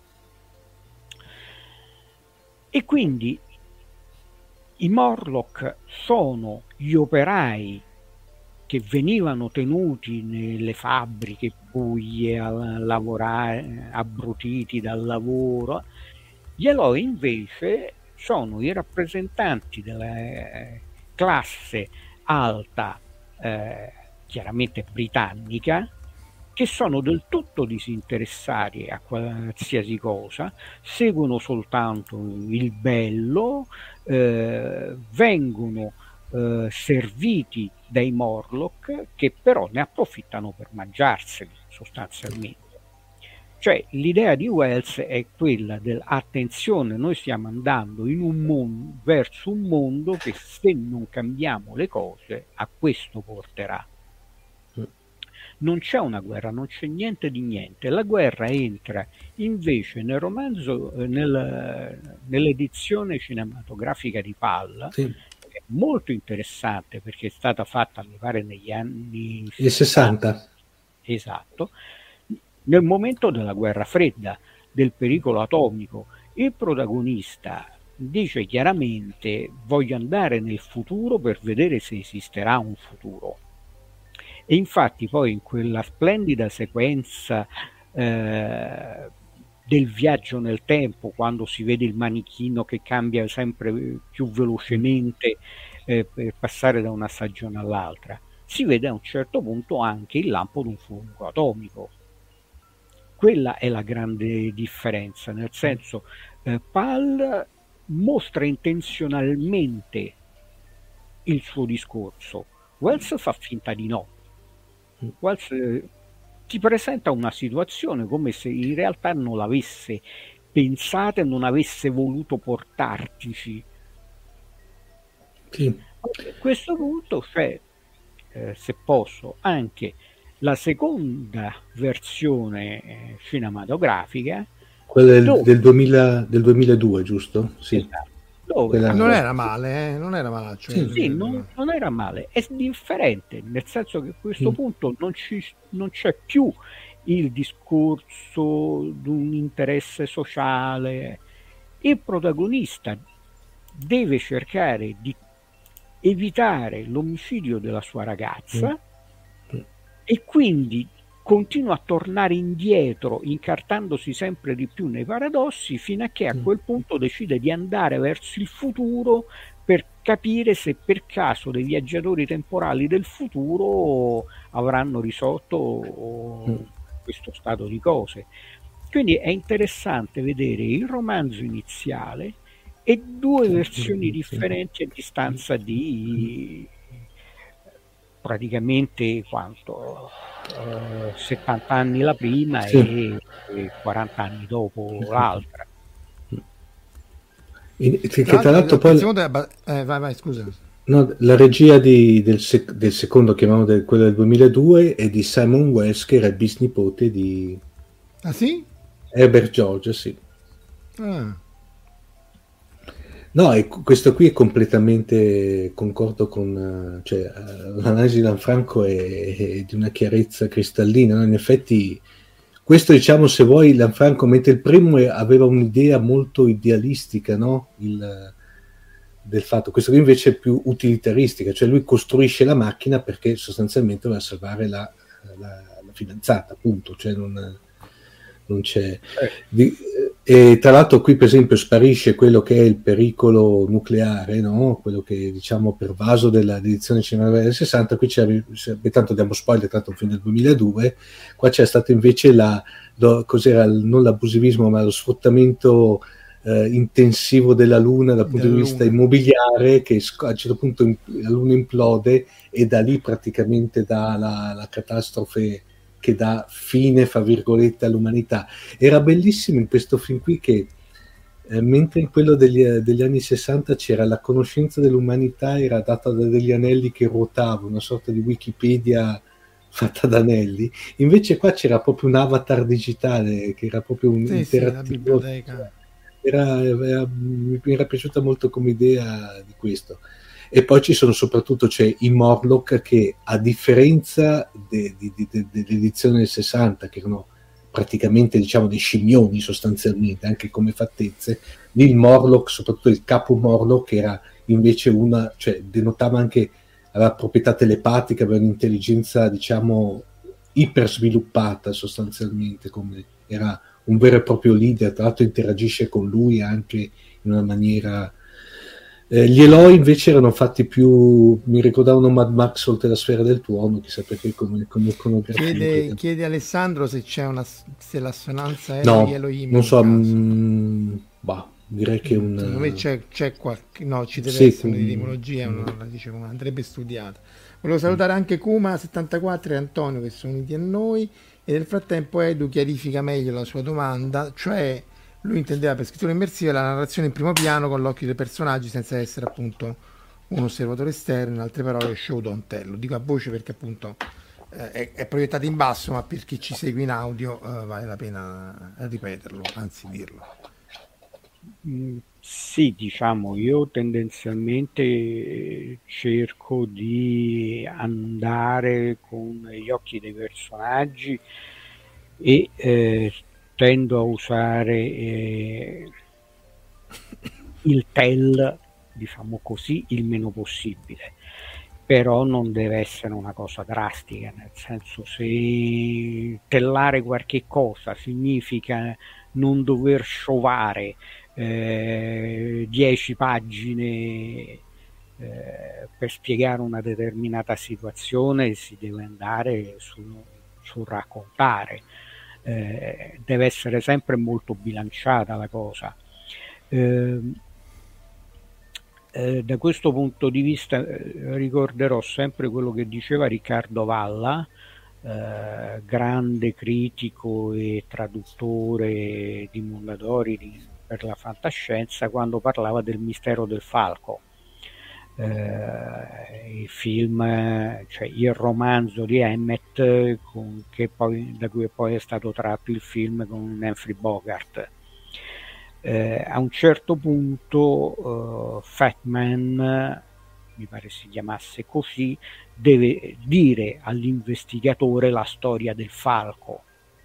E quindi i Morlock sono gli operai che venivano tenuti nelle fabbriche buie a lavorare, abbrutiti dal lavoro. Gli Eloi invece sono i rappresentanti della classe alta, eh, chiaramente britannica, che sono del tutto disinteressati a qualsiasi cosa, seguono soltanto il bello, eh, vengono eh, serviti dai Morlock, che però ne approfittano per mangiarseli sostanzialmente. Cioè l'idea di Wells è quella del attenzione, noi stiamo andando in un mondo, verso un mondo che se non cambiamo le cose a questo porterà. Non c'è una guerra, non c'è niente di niente. La guerra entra invece nel romanzo, nel, nell'edizione cinematografica di Pall, sì, che è molto interessante perché è stata fatta, mi pare, negli anni sessanta. Esatto. Nel momento della guerra fredda, del pericolo atomico, il protagonista dice chiaramente: voglio andare nel futuro per vedere se esisterà un futuro. E infatti poi in quella splendida sequenza eh, del viaggio nel tempo, quando si vede il manichino che cambia sempre più velocemente eh, per passare da una stagione all'altra, si vede a un certo punto anche il lampo di un fulmine atomico. Quella è la grande differenza, nel senso eh, Pall mostra intenzionalmente il suo discorso, Wells fa finta di no. Wells eh, ti presenta una situazione come se in realtà non l'avesse pensata e non avesse voluto portartici. Sì. A questo punto c'è, eh, se posso, anche la seconda versione eh, cinematografica, quella del, dove... del, duemila, del duemiladue, giusto? Sì. Esatto. Dove quella... non era male, eh? non era male, cioè, sì, sì, non, non era male, è differente, nel senso che a questo mm. punto non, ci, non c'è più il discorso di un interesse sociale. Il protagonista deve cercare di evitare l'omicidio della sua ragazza mm. e quindi continua a tornare indietro, incartandosi sempre di più nei paradossi, fino a che a quel punto decide di andare verso il futuro per capire se per caso dei viaggiatori temporali del futuro avranno risolto questo stato di cose. Quindi è interessante vedere il romanzo iniziale e due versioni differenti a distanza di praticamente quanto eh, settanta anni la prima sì. e, e quaranta anni dopo l'altra. In, che tra, tra l'altro poi della... eh, vai vai scusa. No, la regia di, del, sec, del secondo, chiamiamo del, quello del duemiladue, è di Simon Wells, che era il bisnipote di ah sì? Herbert George, sì. Ah. No, e questo qui è completamente concordo con, cioè, l'analisi di Lanfranco è, è di una chiarezza cristallina, no? In effetti questo, diciamo, se vuoi, Lanfranco, mentre il primo aveva un'idea molto idealistica, no? Il, del fatto, questo qui invece è più utilitaristica, cioè lui costruisce la macchina perché sostanzialmente voleva salvare la, la, la fidanzata, appunto, cioè non... non c'è di, e tra l'altro qui per esempio sparisce quello che è il pericolo nucleare, no? Quello che diciamo pervaso dell'edizione cinematografica del sessanta. Qui c'è, tanto diamo spoiler, tanto un film del duemiladue, qua c'è stato invece la, lo, cos'era, non l'abusivismo ma lo sfruttamento eh, intensivo della Luna dal punto di vista immobiliare, che a un certo punto la Luna implode e da lì praticamente dà la, la catastrofe che dà fine, fra virgolette, all'umanità. Era bellissimo in questo film qui che, eh, mentre in quello degli, degli anni sessanta c'era la conoscenza dell'umanità, era data da degli anelli che ruotavano, una sorta di Wikipedia fatta da anelli, invece qua c'era proprio un avatar digitale, che era proprio un sì, interattivo. Sì, la biblioteca. Era, era, mi era piaciuta molto come idea di questo. E poi ci sono soprattutto c'è i Morlock che, a differenza de, de, de, de, dell'edizione del sessanta, che erano praticamente, diciamo, dei scimmioni sostanzialmente, anche come fattezze, lì il Morlock, soprattutto il capo Morlock, era invece una, cioè denotava anche, aveva proprietà telepatiche, aveva un'intelligenza, diciamo, iper sviluppata sostanzialmente, come era un vero e proprio leader, tra l'altro interagisce con lui anche in una maniera... Eh, gli Eloi invece erano fatti più, mi ricordavano Mad Max oltre la sfera del tuono, chissà perché come, come iconografia. Chiede, chiede Alessandro se c'è una, se l'assonanza è no, di Elohim. Non so, mh, bah, direi che un... Secondo me c'è, c'è qualche... No, ci deve sì, essere un'etimologia, un... una, dicevo, andrebbe studiata. Volevo salutare anche Kuma settantaquattro e Antonio che sono uniti a noi, e nel frattempo Edu chiarifica meglio la sua domanda, cioè lui intendeva per scrittura immersiva la narrazione in primo piano con l'occhio dei personaggi senza essere appunto un osservatore esterno, in altre parole show don't tell. Lo dico a voce perché appunto eh, è, è proiettato in basso, ma per chi ci segue in audio eh, vale la pena ripeterlo, anzi dirlo. Mm, sì, diciamo, io tendenzialmente cerco di andare con gli occhi dei personaggi e eh, tendo a usare eh, il tell, diciamo così, il meno possibile. Però non deve essere una cosa drastica, nel senso, se tellare qualche cosa significa non dover sciovare eh, dieci pagine eh, per spiegare una determinata situazione, si deve andare sul, sul raccontare. Eh, deve essere sempre molto bilanciata la cosa. Eh, Eh, da questo punto di vista eh, ricorderò sempre quello che diceva Riccardo Valla, eh, grande critico e traduttore di Mondadori di, per la fantascienza, quando parlava del Mistero del Falco, eh, il film, cioè il romanzo di Emmett con, che poi, da cui poi è stato tratto il film con Humphrey Bogart. Eh, a un certo punto uh, Fat Man, mi pare si chiamasse così, deve dire all'investigatore la storia del falco,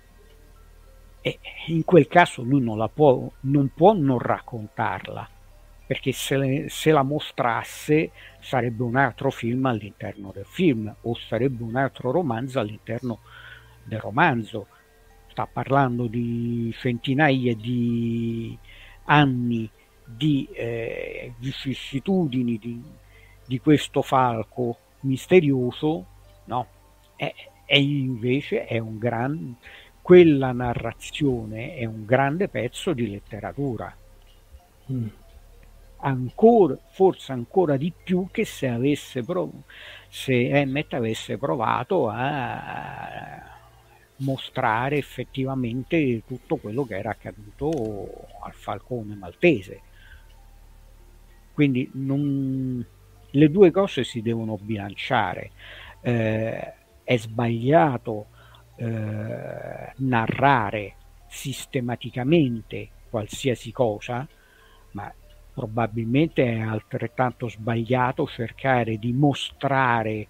e in quel caso lui non la può non può non raccontarla, perché se, le, se la mostrasse sarebbe un altro film all'interno del film, o sarebbe un altro romanzo all'interno del romanzo. Sta parlando di centinaia di anni di eh, vicissitudini di, di questo falco misterioso, no? E, e invece è un gran, quella narrazione è un grande pezzo di letteratura. Mm. Ancora, forse ancora di più che se avesse prov- se Emmett avesse provato a mostrare effettivamente tutto quello che era accaduto al falcone maltese. Quindi non, le due cose si devono bilanciare. Eh, è sbagliato eh, narrare sistematicamente qualsiasi cosa, ma probabilmente è altrettanto sbagliato cercare di mostrare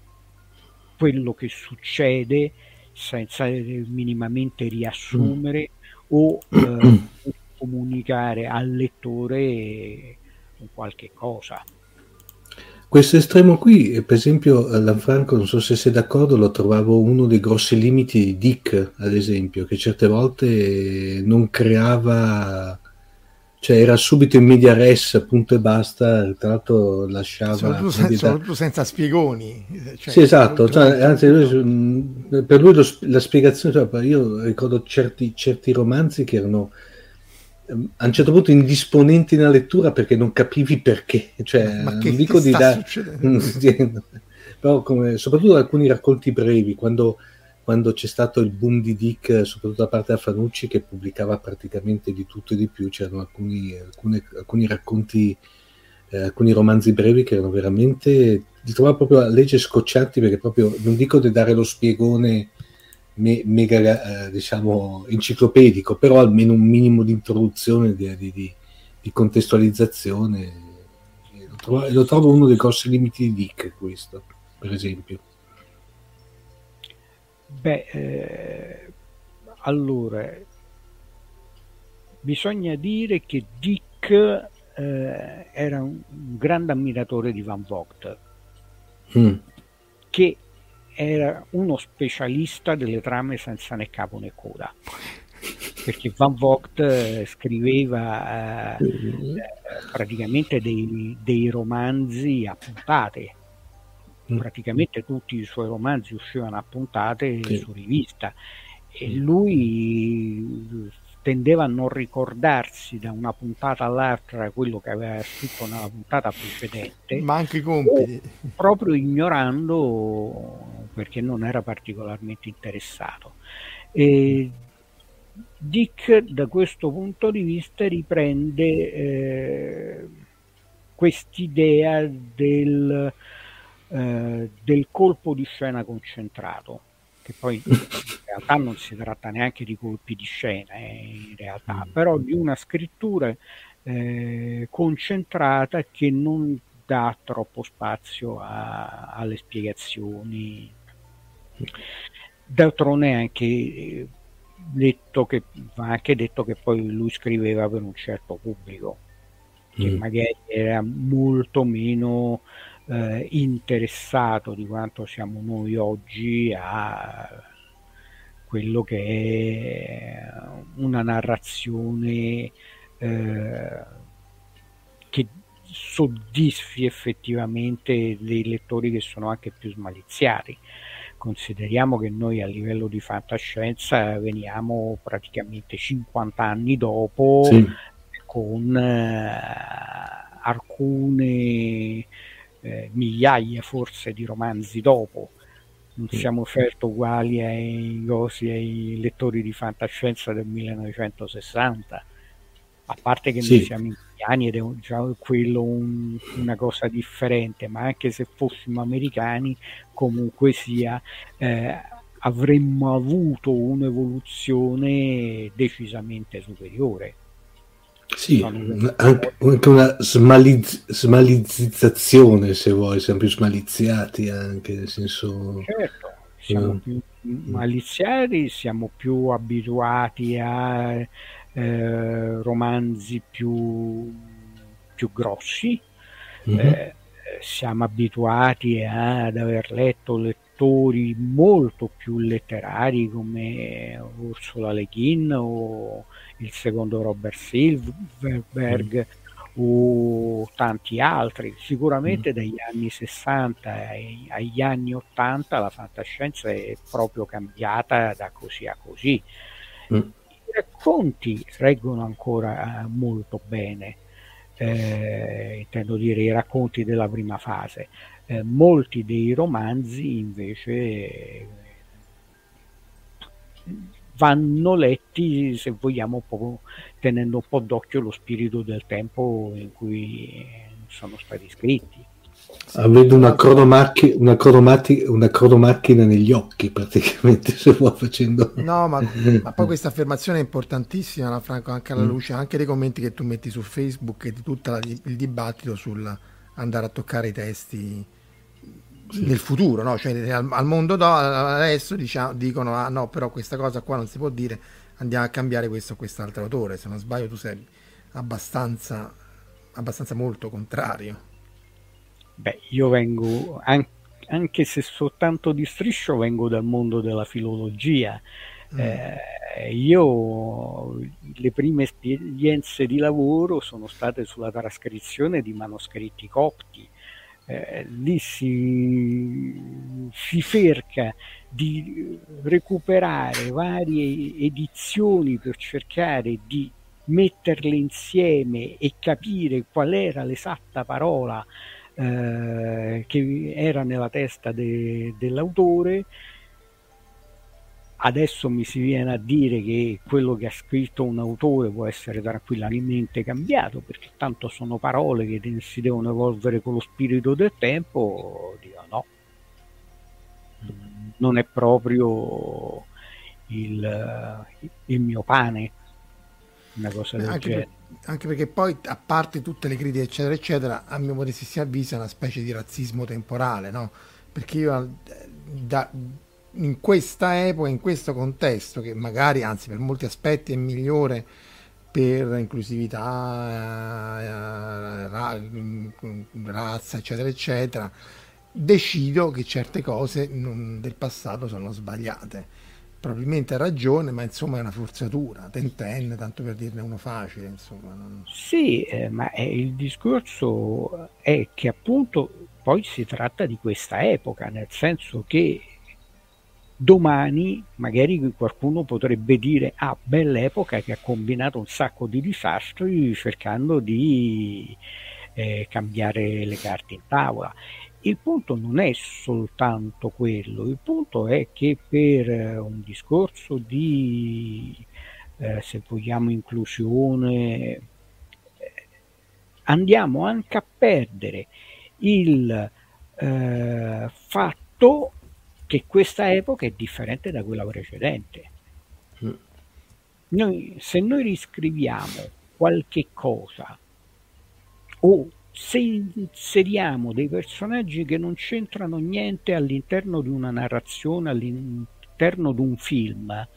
quello che succede senza minimamente riassumere o eh, comunicare al lettore qualche cosa. Questo estremo qui, per esempio, Lanfranco, non so se sei d'accordo, lo trovavo uno dei grossi limiti di Dick, ad esempio, che certe volte non creava, cioè era subito in media res, punto e basta, tra l'altro lasciava... Soprattutto, sen- da... soprattutto senza spiegoni. Cioè, sì, esatto, cioè, anzi, lui, per lui lo, la spiegazione, cioè, io ricordo certi, certi romanzi che erano a un certo punto indisponenti nella lettura perché non capivi perché, cioè, ma che non dico di sta da... però come, soprattutto alcuni racconti brevi, quando, quando c'è stato il boom di Dick, soprattutto da parte da Fanucci, che pubblicava praticamente di tutto e di più, c'erano alcuni, alcuni, alcuni racconti, eh, alcuni romanzi brevi che erano veramente, li trovavo proprio a leggere scoccianti, perché proprio, non dico di dare lo spiegone Me, mega eh, diciamo enciclopedico, però almeno un minimo di introduzione, di, di, di contestualizzazione, e lo, trovo, lo trovo uno dei grossi limiti di Dick, questo per esempio. Beh, eh, allora bisogna dire che Dick eh, era un, un grande ammiratore di Van Vogt, mm. che era uno specialista delle trame senza né capo né coda, perché Van Vogt eh, scriveva eh, eh, praticamente dei, dei romanzi a puntate, praticamente tutti i suoi romanzi uscivano a puntate su rivista, e lui tendeva a non ricordarsi da una puntata all'altra quello che aveva scritto nella puntata precedente, ma anche i compiti, proprio ignorando, perché non era particolarmente interessato. E Dick da questo punto di vista riprende eh, quest'idea del, eh, del colpo di scena concentrato, che poi in realtà non si tratta neanche di colpi di scena, eh, in realtà, mm. però di una scrittura eh, concentrata che non dà troppo spazio a, alle spiegazioni. D'altronde anche detto che va anche detto che poi lui scriveva per un certo pubblico che mm. magari era molto meno eh, interessato di quanto siamo noi oggi a quello che è una narrazione eh, che soddisfi effettivamente dei lettori che sono anche più smaliziati. Consideriamo che noi a livello di fantascienza veniamo praticamente cinquanta anni dopo, sì. con eh, alcune eh, migliaia forse di romanzi dopo. Non sì. siamo certo uguali ai, ai lettori di fantascienza del millenovecentosessanta, a parte che sì. noi siamo italiani ed è già quello un, una cosa differente, ma anche se fossimo americani comunque sia eh, avremmo avuto un'evoluzione decisamente superiore. Sì, anche, anche una smaliz- smalizzazione, se vuoi, siamo più smaliziati anche, nel senso... Certo, siamo mm. più maliziati, siamo più abituati a eh, romanzi più, più grossi, mm-hmm. eh, siamo abituati ad aver letto lettori molto più letterari come Ursula Le Guin o il secondo Robert Silverberg mm. o tanti altri. Sicuramente mm. dagli anni sessanta ai, agli anni ottanta la fantascienza è proprio cambiata da così a così. Mm. I racconti reggono ancora molto bene, eh, intendo dire i racconti della prima fase. Eh, molti dei romanzi invece eh, vanno letti, se vogliamo, un po' tenendo un po' d'occhio lo spirito del tempo in cui sono stati scritti. Avendo una cronomacchina, una, cronomati- una cronomacchina negli occhi, praticamente, se vuoi facendo. No, ma, ma poi questa affermazione è importantissima, no, Franco, anche alla luce anche dei commenti che tu metti su Facebook e di tutto la, il dibattito sul andare a toccare i testi sì. nel futuro, no? Cioè al, al mondo do, adesso diciamo, dicono ah no, però questa cosa qua non si può dire, andiamo a cambiare questo o quest'altro autore. Se non sbaglio tu sei abbastanza abbastanza molto contrario. Beh, io vengo an- anche se soltanto di striscio vengo dal mondo della filologia. mm. eh, io le prime esperienze di lavoro sono state sulla trascrizione di manoscritti copti. Eh, lì si, si cerca di recuperare varie edizioni per cercare di metterle insieme e capire qual era l'esatta parola eh, che era nella testa de, dell'autore. Adesso mi si viene a dire che quello che ha scritto un autore può essere tranquillamente cambiato, perché tanto sono parole che si devono evolvere con lo spirito del tempo. Dico no, non è proprio il, il mio pane, una cosa del anche genere. Per, anche perché poi, a parte tutte le critiche eccetera eccetera, a mio modestissimo avviso è una specie di razzismo temporale, no? Perché io da in questa epoca, in questo contesto, che magari, anzi per molti aspetti è migliore per inclusività, ra- razza, eccetera, eccetera, decido che certe cose non, del passato sono sbagliate. Probabilmente ha ragione, ma insomma è una forzatura, ten ten, tanto per dirne uno facile. Insomma, non... Sì, eh, ma è, il discorso è che appunto poi si tratta di questa epoca, nel senso che domani magari qualcuno potrebbe dire ah, bella epoca che ha combinato un sacco di disastri cercando di eh, cambiare le carte in tavola. Il punto non è soltanto quello, il punto è che per un discorso di eh, se vogliamo inclusione eh, andiamo anche a perdere il eh, fatto che questa epoca è differente da quella precedente. Mm. Noi, se noi riscriviamo qualche cosa o se inseriamo dei personaggi che non c'entrano niente all'interno di una narrazione, all'interno di un film,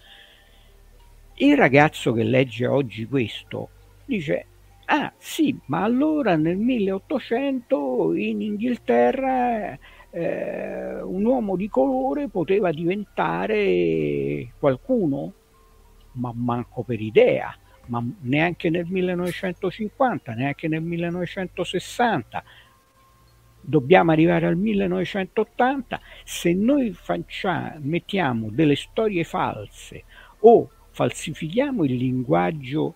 il ragazzo che legge oggi questo dice ah sì, ma allora nel milleottocento in Inghilterra eh, un uomo di colore poteva diventare qualcuno, ma manco per idea, ma neanche nel millenovecentocinquanta, neanche nel millenovecentosessanta. Dobbiamo arrivare al millenovecentottanta. Se noi facciamo, mettiamo delle storie false o falsifichiamo il linguaggio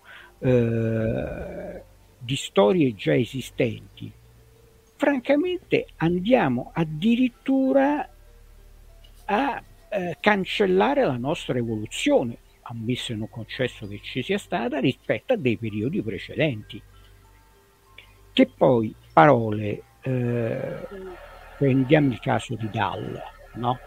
eh, di storie già esistenti, francamente andiamo addirittura a eh, cancellare la nostra evoluzione, ammesso e non concesso che ci sia stata, rispetto a dei periodi precedenti. Che poi parole, eh, prendiamo il caso di Dahl, no?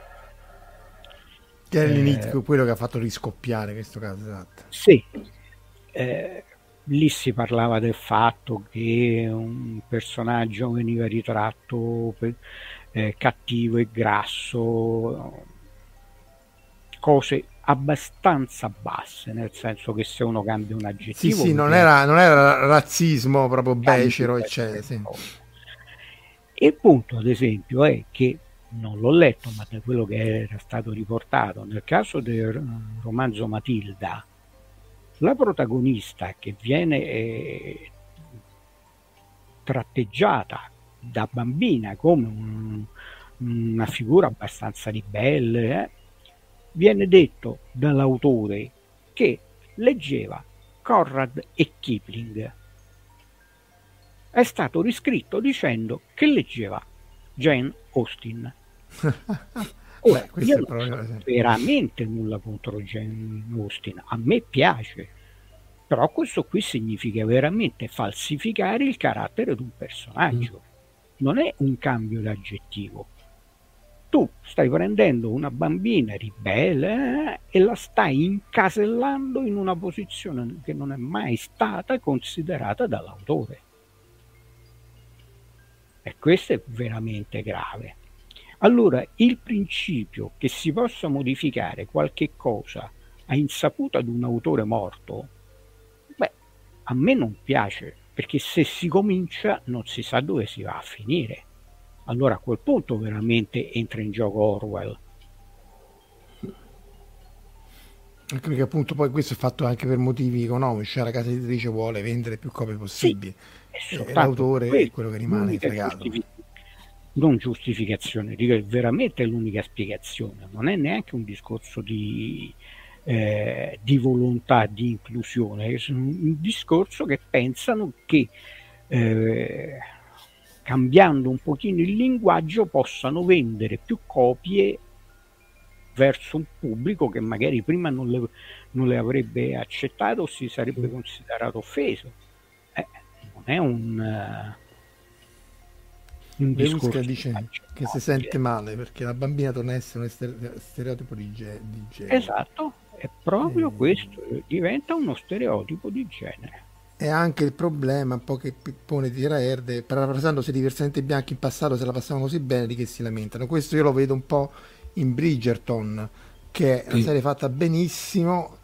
Che è l'inizio, eh, quello che ha fatto riscoppiare questo caso, esatto. Sì, eh, lì si parlava del fatto che un personaggio veniva ritratto per, eh, cattivo e grasso, cose abbastanza basse, nel senso che se uno cambia un aggettivo... Sì, sì, non era, non era razzismo proprio becero, eccetera. Sì. Il punto, ad esempio, è che, non l'ho letto, ma da quello che era stato riportato, nel caso del romanzo Matilda, la protagonista che viene eh, tratteggiata da bambina come un, una figura abbastanza ribelle, eh, viene detto dall'autore che leggeva Conrad e Kipling. È stato riscritto dicendo che leggeva Jane Austen. Ora, Beh, io non so veramente nulla contro Jane Austen, a me piace, però questo qui significa veramente falsificare il carattere di un personaggio, mm. non è un cambio di aggettivo. Tu stai prendendo una bambina ribelle eh, e la stai incasellando in una posizione che non è mai stata considerata dall'autore. E questo è veramente grave. Allora, il principio che si possa modificare qualche cosa a insaputa di un autore morto, beh, a me non piace, perché se si comincia non si sa dove si va a finire. Allora a quel punto veramente entra in gioco Orwell. Anche perché appunto poi questo è fatto anche per motivi economici, cioè la casa editrice vuole vendere più copie possibili, sì, e l'autore è quello che rimane fregato. Non giustificazione, dico, è veramente l'unica spiegazione, non è neanche un discorso di, eh, di volontà di inclusione, è un discorso che pensano che eh, cambiando un pochino il linguaggio possano vendere più copie verso un pubblico che magari prima non le, non le avrebbe accettato o si sarebbe considerato offeso. Eh, non è un... Uh, Leusca dice che si sente male perché la bambina torna a essere un stereotipo di, ge- di genere. Esatto, è proprio e... questo, diventa uno stereotipo di genere. E anche il problema un po' che pone Tira Erde, parafrasandosi diversamente bianchi in passato se la passavano così bene di che si lamentano. Questo io lo vedo un po' in Bridgerton, che è una serie fatta benissimo,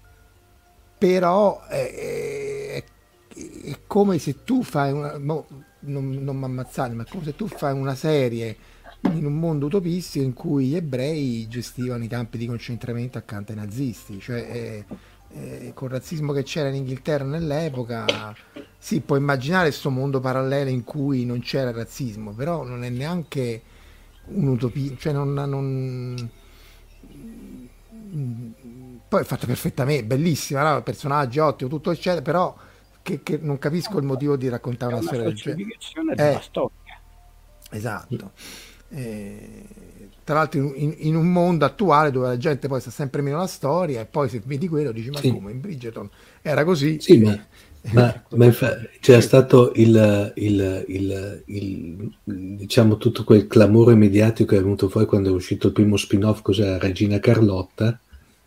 però è, è, è come se tu fai una... No, non, non mi ammazzare, ma come se tu fai una serie in un mondo utopistico in cui gli ebrei gestivano i campi di concentramento accanto ai nazisti, cioè eh, eh, col razzismo che c'era in Inghilterra nell'epoca, sì, puoi immaginare questo mondo parallelo in cui non c'era razzismo, però non è neanche un'utopia, cioè non, non, poi è fatta perfettamente, bellissima, no? Personaggi ottimo, tutto eccetera, però che, che non capisco il motivo di raccontare una, una storia del genere. È della storia. Esatto. Eh, tra l'altro in, in un mondo attuale dove la gente poi sa sempre meno la storia, e poi se vedi quello dici ma sì. come in Bridgerton era così. Sì, ma, ma, ma infa- c'era stato il, il, il, il diciamo tutto quel clamore mediatico che è venuto fuori quando è uscito il primo spin-off, cos'era Regina Carlotta,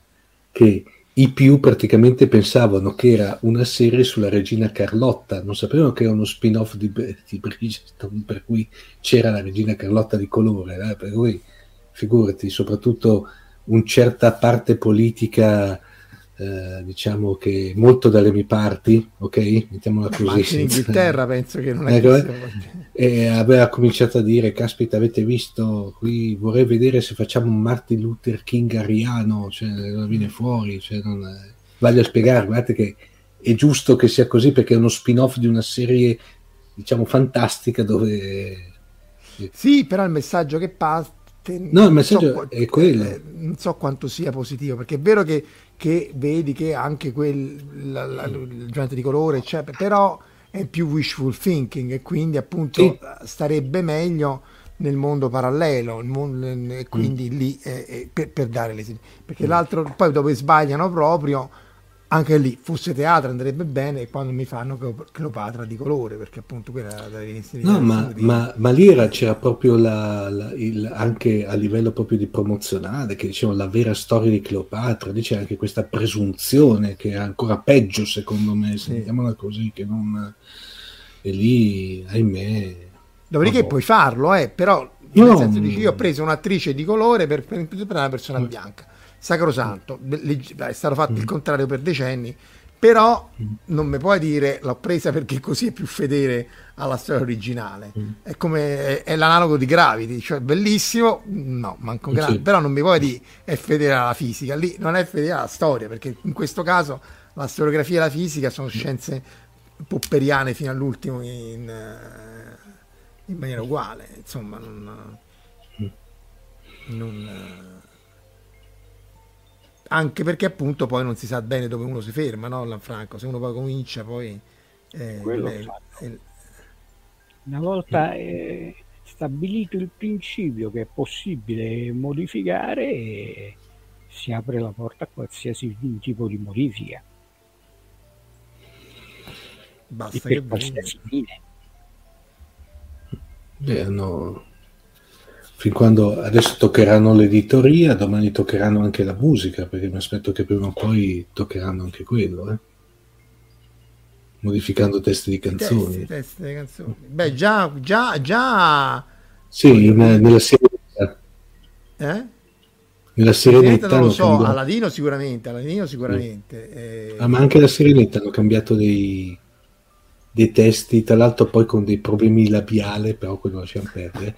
che i più praticamente pensavano che era una serie sulla Regina Carlotta, non sapevano che era uno spin-off di, di Bridgerton, per cui c'era la Regina Carlotta di colore, eh? Per cui figurati, soprattutto una certa parte politica, eh, diciamo che molto dalle mie parti, ok? Mettiamola così. Ma anche in Inghilterra penso che non è ecco, che e aveva cominciato a dire, caspita, avete visto qui, vorrei vedere se facciamo un Martin Luther King ariano, cioè non viene fuori, cioè non voglio a spiegare, guardate che è giusto che sia così perché è uno spin-off di una serie, diciamo, fantastica dove sì, però il messaggio che parte no, il messaggio so, è quello, eh, non so quanto sia positivo, perché è vero che, che vedi che anche quel la, la, il gente di colore eccetera, però è più wishful thinking e quindi appunto sì. starebbe meglio nel mondo parallelo, il mondo, e quindi mm. lì eh, eh, per, per dare le perché mm. l'altro poi dove sbagliano proprio, anche lì fosse teatro andrebbe bene quando mi fanno Cleopatra di colore, perché appunto quella da no ma, ma, ma lì era, c'era proprio la, la, il, anche a livello proprio di promozionale che dicevano la vera storia di Cleopatra, lì c'è anche questa presunzione che è ancora peggio secondo me, se mettiamola così, che non e lì ahimè dopodiché no. puoi farlo eh, però no. nel senso dici io ho preso un'attrice di colore per, per, per una persona mm. bianca, sacrosanto, è stato fatto mm. il contrario per decenni, però mm. non mi puoi dire l'ho presa perché così è più fedele alla storia originale, mm. è come è, è l'analogo di Gravity, cioè bellissimo, no, manco un grande, sì. però non mi puoi dire è fedele alla fisica, lì non è fedele alla storia, perché in questo caso la storiografia e la fisica sono scienze popperiane fino all'ultimo in, in maniera uguale, insomma non, non anche perché appunto poi non si sa bene dove uno si ferma, no Lanfranco? Se uno poi comincia poi eh, è, è... una volta eh, stabilito il principio che è possibile modificare, eh, si apre la porta a qualsiasi tipo di modifica. Basta e che per qualsiasi fine. Beh, no. Fin quando adesso toccheranno l'editoria, domani toccheranno anche la musica, perché mi aspetto che prima o poi toccheranno anche quello, eh? Modificando testi di canzoni. Testi, testi di canzoni. Beh, già, già, già. Sì, in, nella Sirenetta. Eh? Nella Sirenetta non lo so, cambiato... Aladino sicuramente, Aladino sicuramente. Sì. Eh... Ah, ma anche la Sirenetta hanno cambiato dei, dei testi, tra l'altro poi con dei problemi labiali, però quello lasciamo perdere.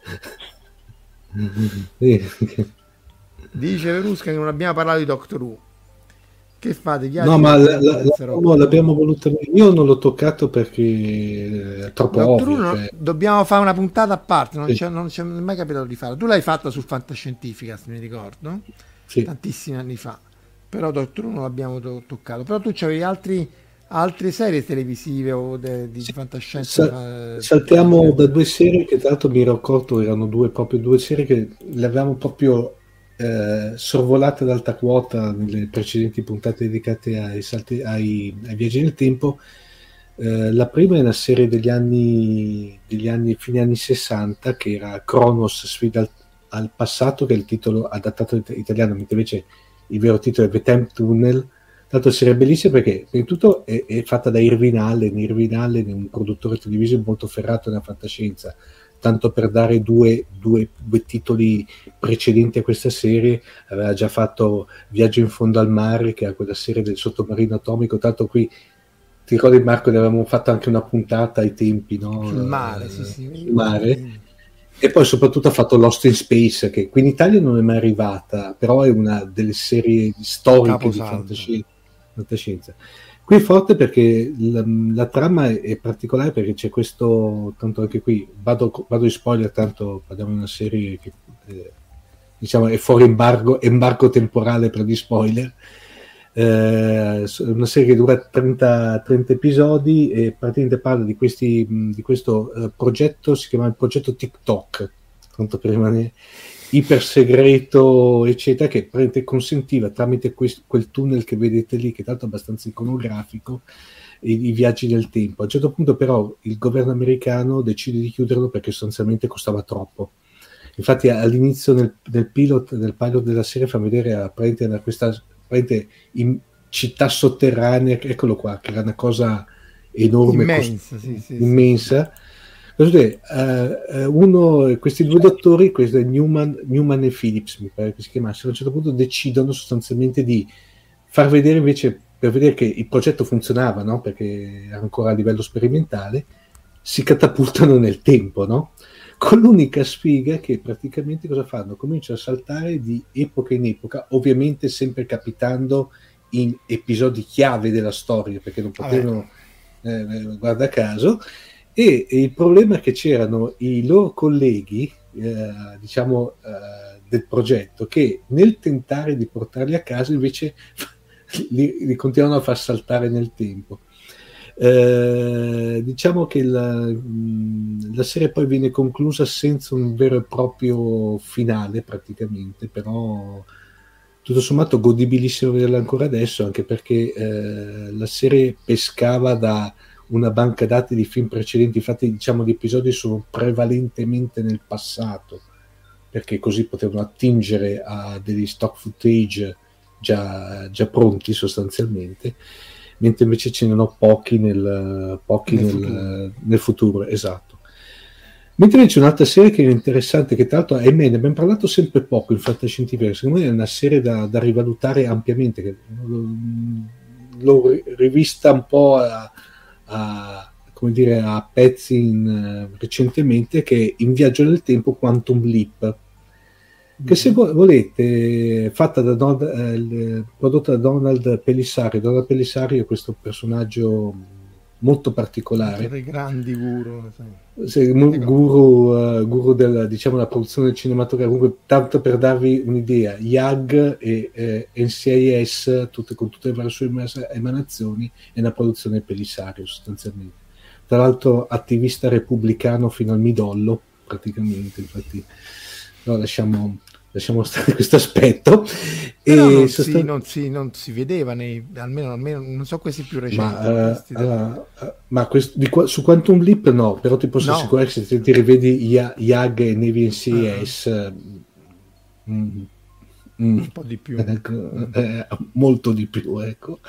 Dice Verusca che non abbiamo parlato di Doctor Who. Che fate? Gli no, ma la, la, la, no, l'abbiamo voluto. Io non l'ho toccato perché è troppo Doctor ovvio, Who, cioè... dobbiamo fare una puntata a parte. Non, sì. c'è, non c'è mai capitato di farlo. Tu l'hai fatta sul Fantascientifica, se mi ricordo, sì. tantissimi anni fa. Però Doctor Who non l'abbiamo to- toccato. Però tu c'avevi altri altre serie televisive o de, di sì, fantascienza. Sa- saltiamo da due serie che tra l'altro mi ero accorto erano due proprio due serie che le avevamo proprio eh, sorvolate ad alta quota nelle precedenti puntate dedicate ai, salti, ai, ai viaggi nel tempo. Eh, la prima è una serie degli anni degli anni fine anni sessanta che era Kronos sfida al, al passato, che è il titolo adattato in italiano, mentre invece il vero titolo è The Time Tunnel. Tanto serie bellissima perché prima di tutto è, è fatta da Irvin Allen. Irvin Allen è un produttore televisivo molto ferrato nella fantascienza, tanto per dare due, due, due titoli precedenti a questa serie aveva già fatto Viaggio in fondo al mare, che è quella serie del sottomarino atomico, tanto qui ti ricordi Marco, ne avevamo fatto anche una puntata ai tempi, no? Sul mare, sì, sì, sul mare. E poi soprattutto ha fatto Lost in Space, che qui in Italia non è mai arrivata, però è una delle serie storiche di fantascienza. fantascienza. Qui è forte perché la, la trama è, è particolare, perché c'è questo, tanto anche qui, vado, vado in spoiler, tanto parliamo di una serie che, eh, diciamo è fuori embargo, embargo temporale per gli spoiler. Eh, una serie che dura trenta, trenta episodi e praticamente parla di, questi, di questo uh, progetto, si chiama il progetto TikTok, tanto per rimanere iper segreto eccetera, che praticamente consentiva tramite quest- quel tunnel che vedete lì, che tanto è abbastanza iconografico, i, i viaggi nel tempo. A un certo punto però il governo americano decide di chiuderlo perché sostanzialmente costava troppo. Infatti all'inizio nel, nel pilot del pilot della serie fa vedere a praticamente questa in città sotterranea, eccolo qua, che era una cosa enorme, immensa, cost- sì, sì, immensa. Sì. Uh, uno, questi due dottori, questo è Newman, Newman e Phillips, mi pare che si chiamassero, a un certo punto decidono sostanzialmente di far vedere invece, per vedere che il progetto funzionava, no? Perché era ancora a livello sperimentale, si catapultano nel tempo, no? Con l'unica sfiga che praticamente cosa fanno? Cominciano a saltare di epoca in epoca, ovviamente sempre capitando in episodi chiave della storia, perché non potevano, eh, guarda caso, e, e il problema è che c'erano i loro colleghi, eh, diciamo, eh, del progetto, che nel tentare di portarli a casa invece li, li continuano a far saltare nel tempo. Eh, diciamo che la, la serie poi viene conclusa senza un vero e proprio finale praticamente, però tutto sommato godibilissimo vederla ancora adesso, anche perché eh, la serie pescava da una banca dati di film precedenti. Infatti diciamo gli episodi sono prevalentemente nel passato, perché così potevano attingere a degli stock footage già, già pronti sostanzialmente, mentre invece ce ne sono pochi nel, pochi nel, nel, futuro. nel futuro, esatto. Mentre invece un'altra serie che è interessante, che tra l'altro, ahimè, ne abbiamo parlato sempre poco in fantascientifica, secondo me è una serie da, da rivalutare ampiamente, che l'ho rivista un po' a, a, come dire, a pezzi in, uh, recentemente, che è In viaggio nel tempo Quantum Leap, che se volete fatta da Don, eh, prodotta da Donald Pelissari. Donald Pelissari è questo personaggio molto particolare, dei grandi guru, sì, guru, uh, guru della, diciamo, la produzione cinematografica. Comunque, tanto per darvi un'idea, Y A G e eh, N C I S, tutte, con tutte le varie sue emanazioni, è una produzione Pelissari sostanzialmente. Tra l'altro attivista repubblicano fino al midollo praticamente, infatti no, lasciamo lasciamo stare questo aspetto. E non, sostan- si, non, si, non si vedeva nei, almeno, almeno non so questi più recenti, ma, uh, uh, uh, ma questo, di, su Quantum Leap no, però ti posso no. assicurare che se ti rivedi Y A G e Navy N C I S uh-huh. mm, mm, un po' di più, ecco, eh, molto di più, ecco.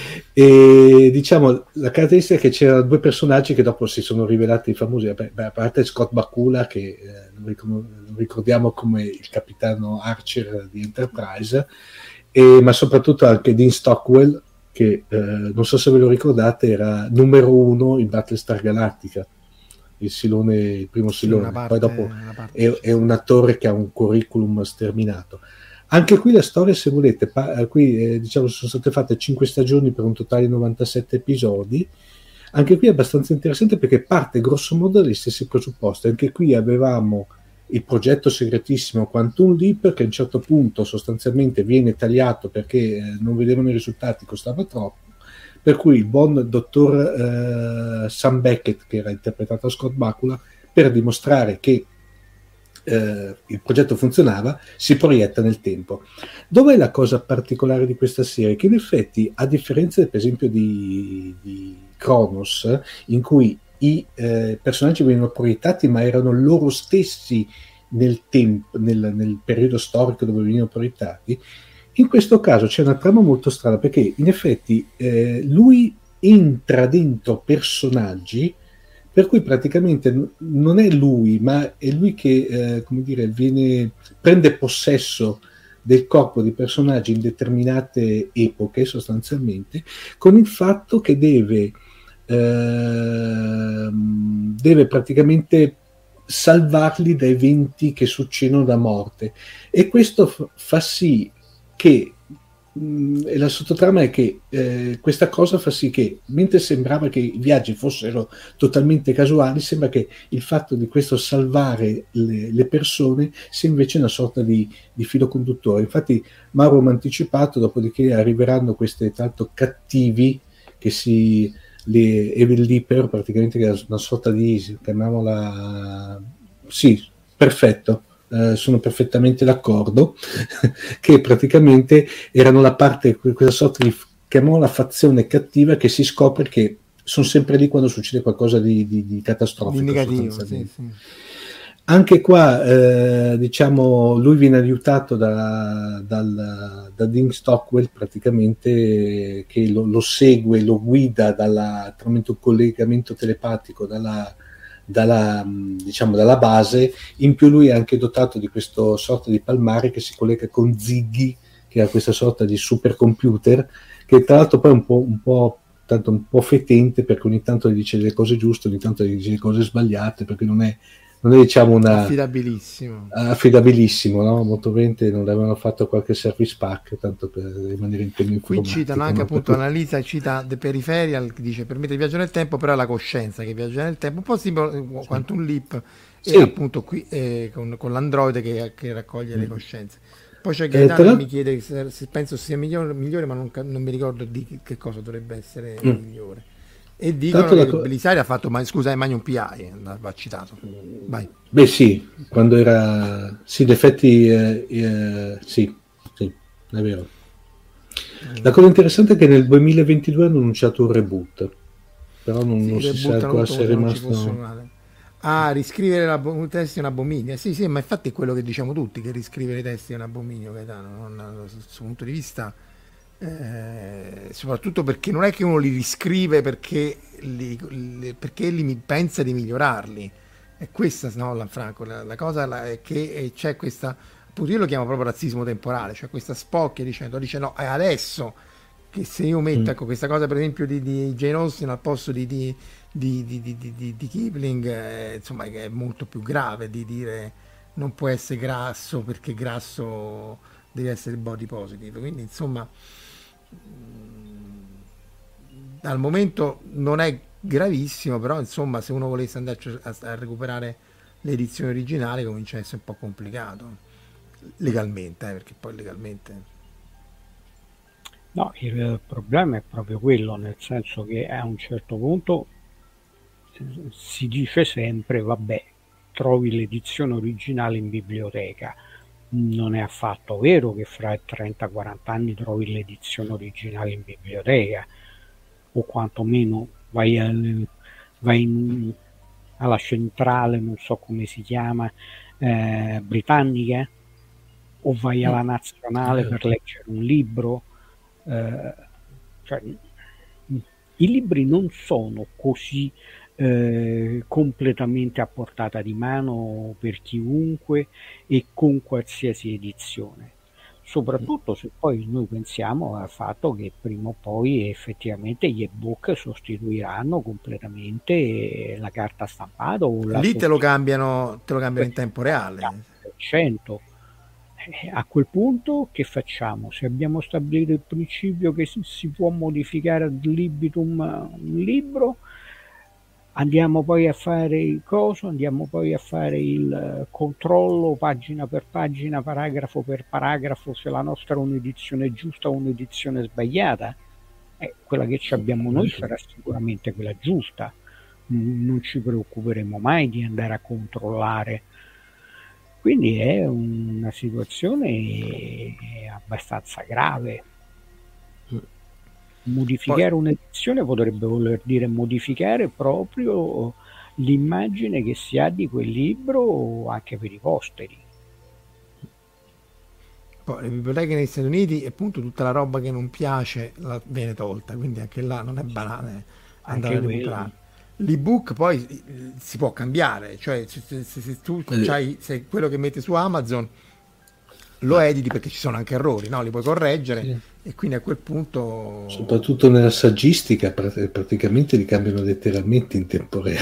E diciamo la caratteristica è che c'erano due personaggi che dopo si sono rivelati famosi, beh, a parte Scott Bakula, che eh, lo ricordiamo come il capitano Archer di Enterprise, e, ma soprattutto anche Dean Stockwell, che eh, non so se ve lo ricordate, era numero uno in Battlestar Galactica, il silone, il primo silone, sì, parte, poi dopo è, è un attore che ha un curriculum sterminato. Anche qui la storia, se volete, pa- qui eh, diciamo sono state fatte cinque stagioni per un totale di novantasette episodi. Anche qui è abbastanza interessante perché parte grosso modo dagli stessi presupposti. Anche qui avevamo il progetto segretissimo Quantum Leap, che a un certo punto sostanzialmente viene tagliato perché eh, non vedevano i risultati, costava troppo, per cui il buon dottor eh, Sam Beckett, che era interpretato da Scott Bakula, per dimostrare che Uh, il progetto funzionava, si proietta nel tempo. Dov'è la cosa particolare di questa serie? Che in effetti, a differenza per esempio di, di Kronos, in cui i eh, personaggi venivano proiettati ma erano loro stessi nel tempo, nel, nel periodo storico dove venivano proiettati, in questo caso c'è una trama molto strana, perché in effetti eh, lui entra dentro personaggi, per cui praticamente non è lui, ma è lui che eh, come dire, viene, prende possesso del corpo di personaggi in determinate epoche sostanzialmente, con il fatto che deve, eh, deve praticamente salvarli da eventi che succedono da morte, e questo f- fa sì che E la sottotrama è che eh, questa cosa fa sì che, mentre sembrava che i viaggi fossero totalmente casuali, sembra che il fatto di questo salvare le, le persone sia invece una sorta di, di filo conduttore. Infatti Mauro mi ha anticipato, dopodiché arriveranno questi tanto cattivi che si le Evil Leaper, praticamente, che è una sorta di, chiamiamola, sì, perfetto. Uh, sono perfettamente d'accordo che praticamente erano la parte, questa sorta di, chiamiamola, fazione cattiva, che si scopre che sono sempre lì quando succede qualcosa di, di, di catastrofico, di negativo, sì, sì. Anche qua eh, diciamo lui viene aiutato da, dal, da Dean Stockwell, praticamente, che lo, lo segue, lo guida dalla, tramite un collegamento telepatico dalla Dalla, diciamo, dalla base. In più lui è anche dotato di questo sorta di palmare che si collega con Ziggy, che ha questa sorta di supercomputer, che tra l'altro poi è un po', un po', tanto un po' fetente, perché ogni tanto gli dice le cose giuste, ogni tanto gli dice le cose sbagliate, perché non è, non è diciamo una affidabilissimo, affidabilissimo, no? Molto bene, non le avevano fatto qualche service pack, tanto per rimanere in tema informatico. Qui citano anche, no? Appunto, Annalisa cita The Peripheral, che dice permette di viaggiare nel tempo, però è la coscienza che viaggia nel tempo, un po' simile sì. Quantum Leap, sì. E appunto qui eh, con, con l'androide che, che raccoglie mm. le coscienze. Poi c'è Gaetano eh, che mi chiede se, se penso sia migliore, migliore ma non, non mi ricordo di che cosa dovrebbe essere mm. migliore. E dicono Tanto che co- Belisari ha fatto, ma scusa, è Magnum P I, va citato. Vai. Beh sì, quando era... Sì, in effetti, eh, eh, sì, sì, è vero. La cosa interessante è che nel duemilaventidue hanno annunciato un reboot, però non, sì, non si sa ancora se è rimasto... Ah, riscrivere la, un testo è un abominio. Sì, sì, ma infatti è quello che diciamo tutti, che riscrivere i testi è un abominio, Gaetano, non, da questo punto di vista... Eh, soprattutto perché non è che uno li riscrive perché li, li, perché li pensa di migliorarli, è questa, no, Lanfranco, la, la cosa la, è che c'è questa, appunto io lo chiamo proprio razzismo temporale, cioè questa spocchia dicendo, dice no, è adesso che se io metto, mm. ecco, questa cosa per esempio di, di Jane Austen al posto di, di, di, di, di, di, di Kipling, eh, insomma, che è molto più grave di dire non può essere grasso perché grasso deve essere body positive, quindi insomma al momento non è gravissimo, però insomma se uno volesse andare a, a recuperare le edizioni originali comincia a essere un po' complicato legalmente, eh, perché poi legalmente no, il problema è proprio quello, nel senso che a un certo punto si dice sempre vabbè, trovi l'edizione originale in biblioteca. Non è affatto vero che fra trenta quaranta anni trovi l'edizione originale in biblioteca, o quantomeno vai, al, vai in, alla centrale, non so come si chiama, eh, britannica, o vai alla nazionale per leggere un libro. Eh, cioè, i libri non sono così Eh, completamente a portata di mano per chiunque e con qualsiasi edizione, soprattutto se poi noi pensiamo al fatto che prima o poi effettivamente gli ebook sostituiranno completamente la carta stampata o la lì te lo cambiano te lo cambiano in tempo reale per cento. Eh, a quel punto che facciamo? Se abbiamo stabilito il principio che si, si può modificare ad libitum un libro, andiamo poi a fare il coso, andiamo poi a fare il controllo pagina per pagina, paragrafo per paragrafo, se la nostra è un'edizione giusta o un'edizione sbagliata. Eh, quella che ci abbiamo noi sarà sicuramente quella giusta, non ci preoccuperemo mai di andare a controllare. Quindi è una situazione abbastanza grave. Modificare Poi, un'edizione potrebbe voler dire modificare proprio l'immagine che si ha di quel libro anche per i posteri. Poi le biblioteche negli Stati Uniti, appunto, tutta la roba che non piace la viene tolta, quindi anche là non è banale andare anche a recuperare. L'ebook poi si può cambiare, cioè se, se, se tu c'hai, se quello che metti su Amazon lo editi, perché ci sono anche errori, no? Li puoi correggere, sì. E quindi a quel punto, soprattutto nella saggistica, praticamente li cambiano letteralmente in tempo reale.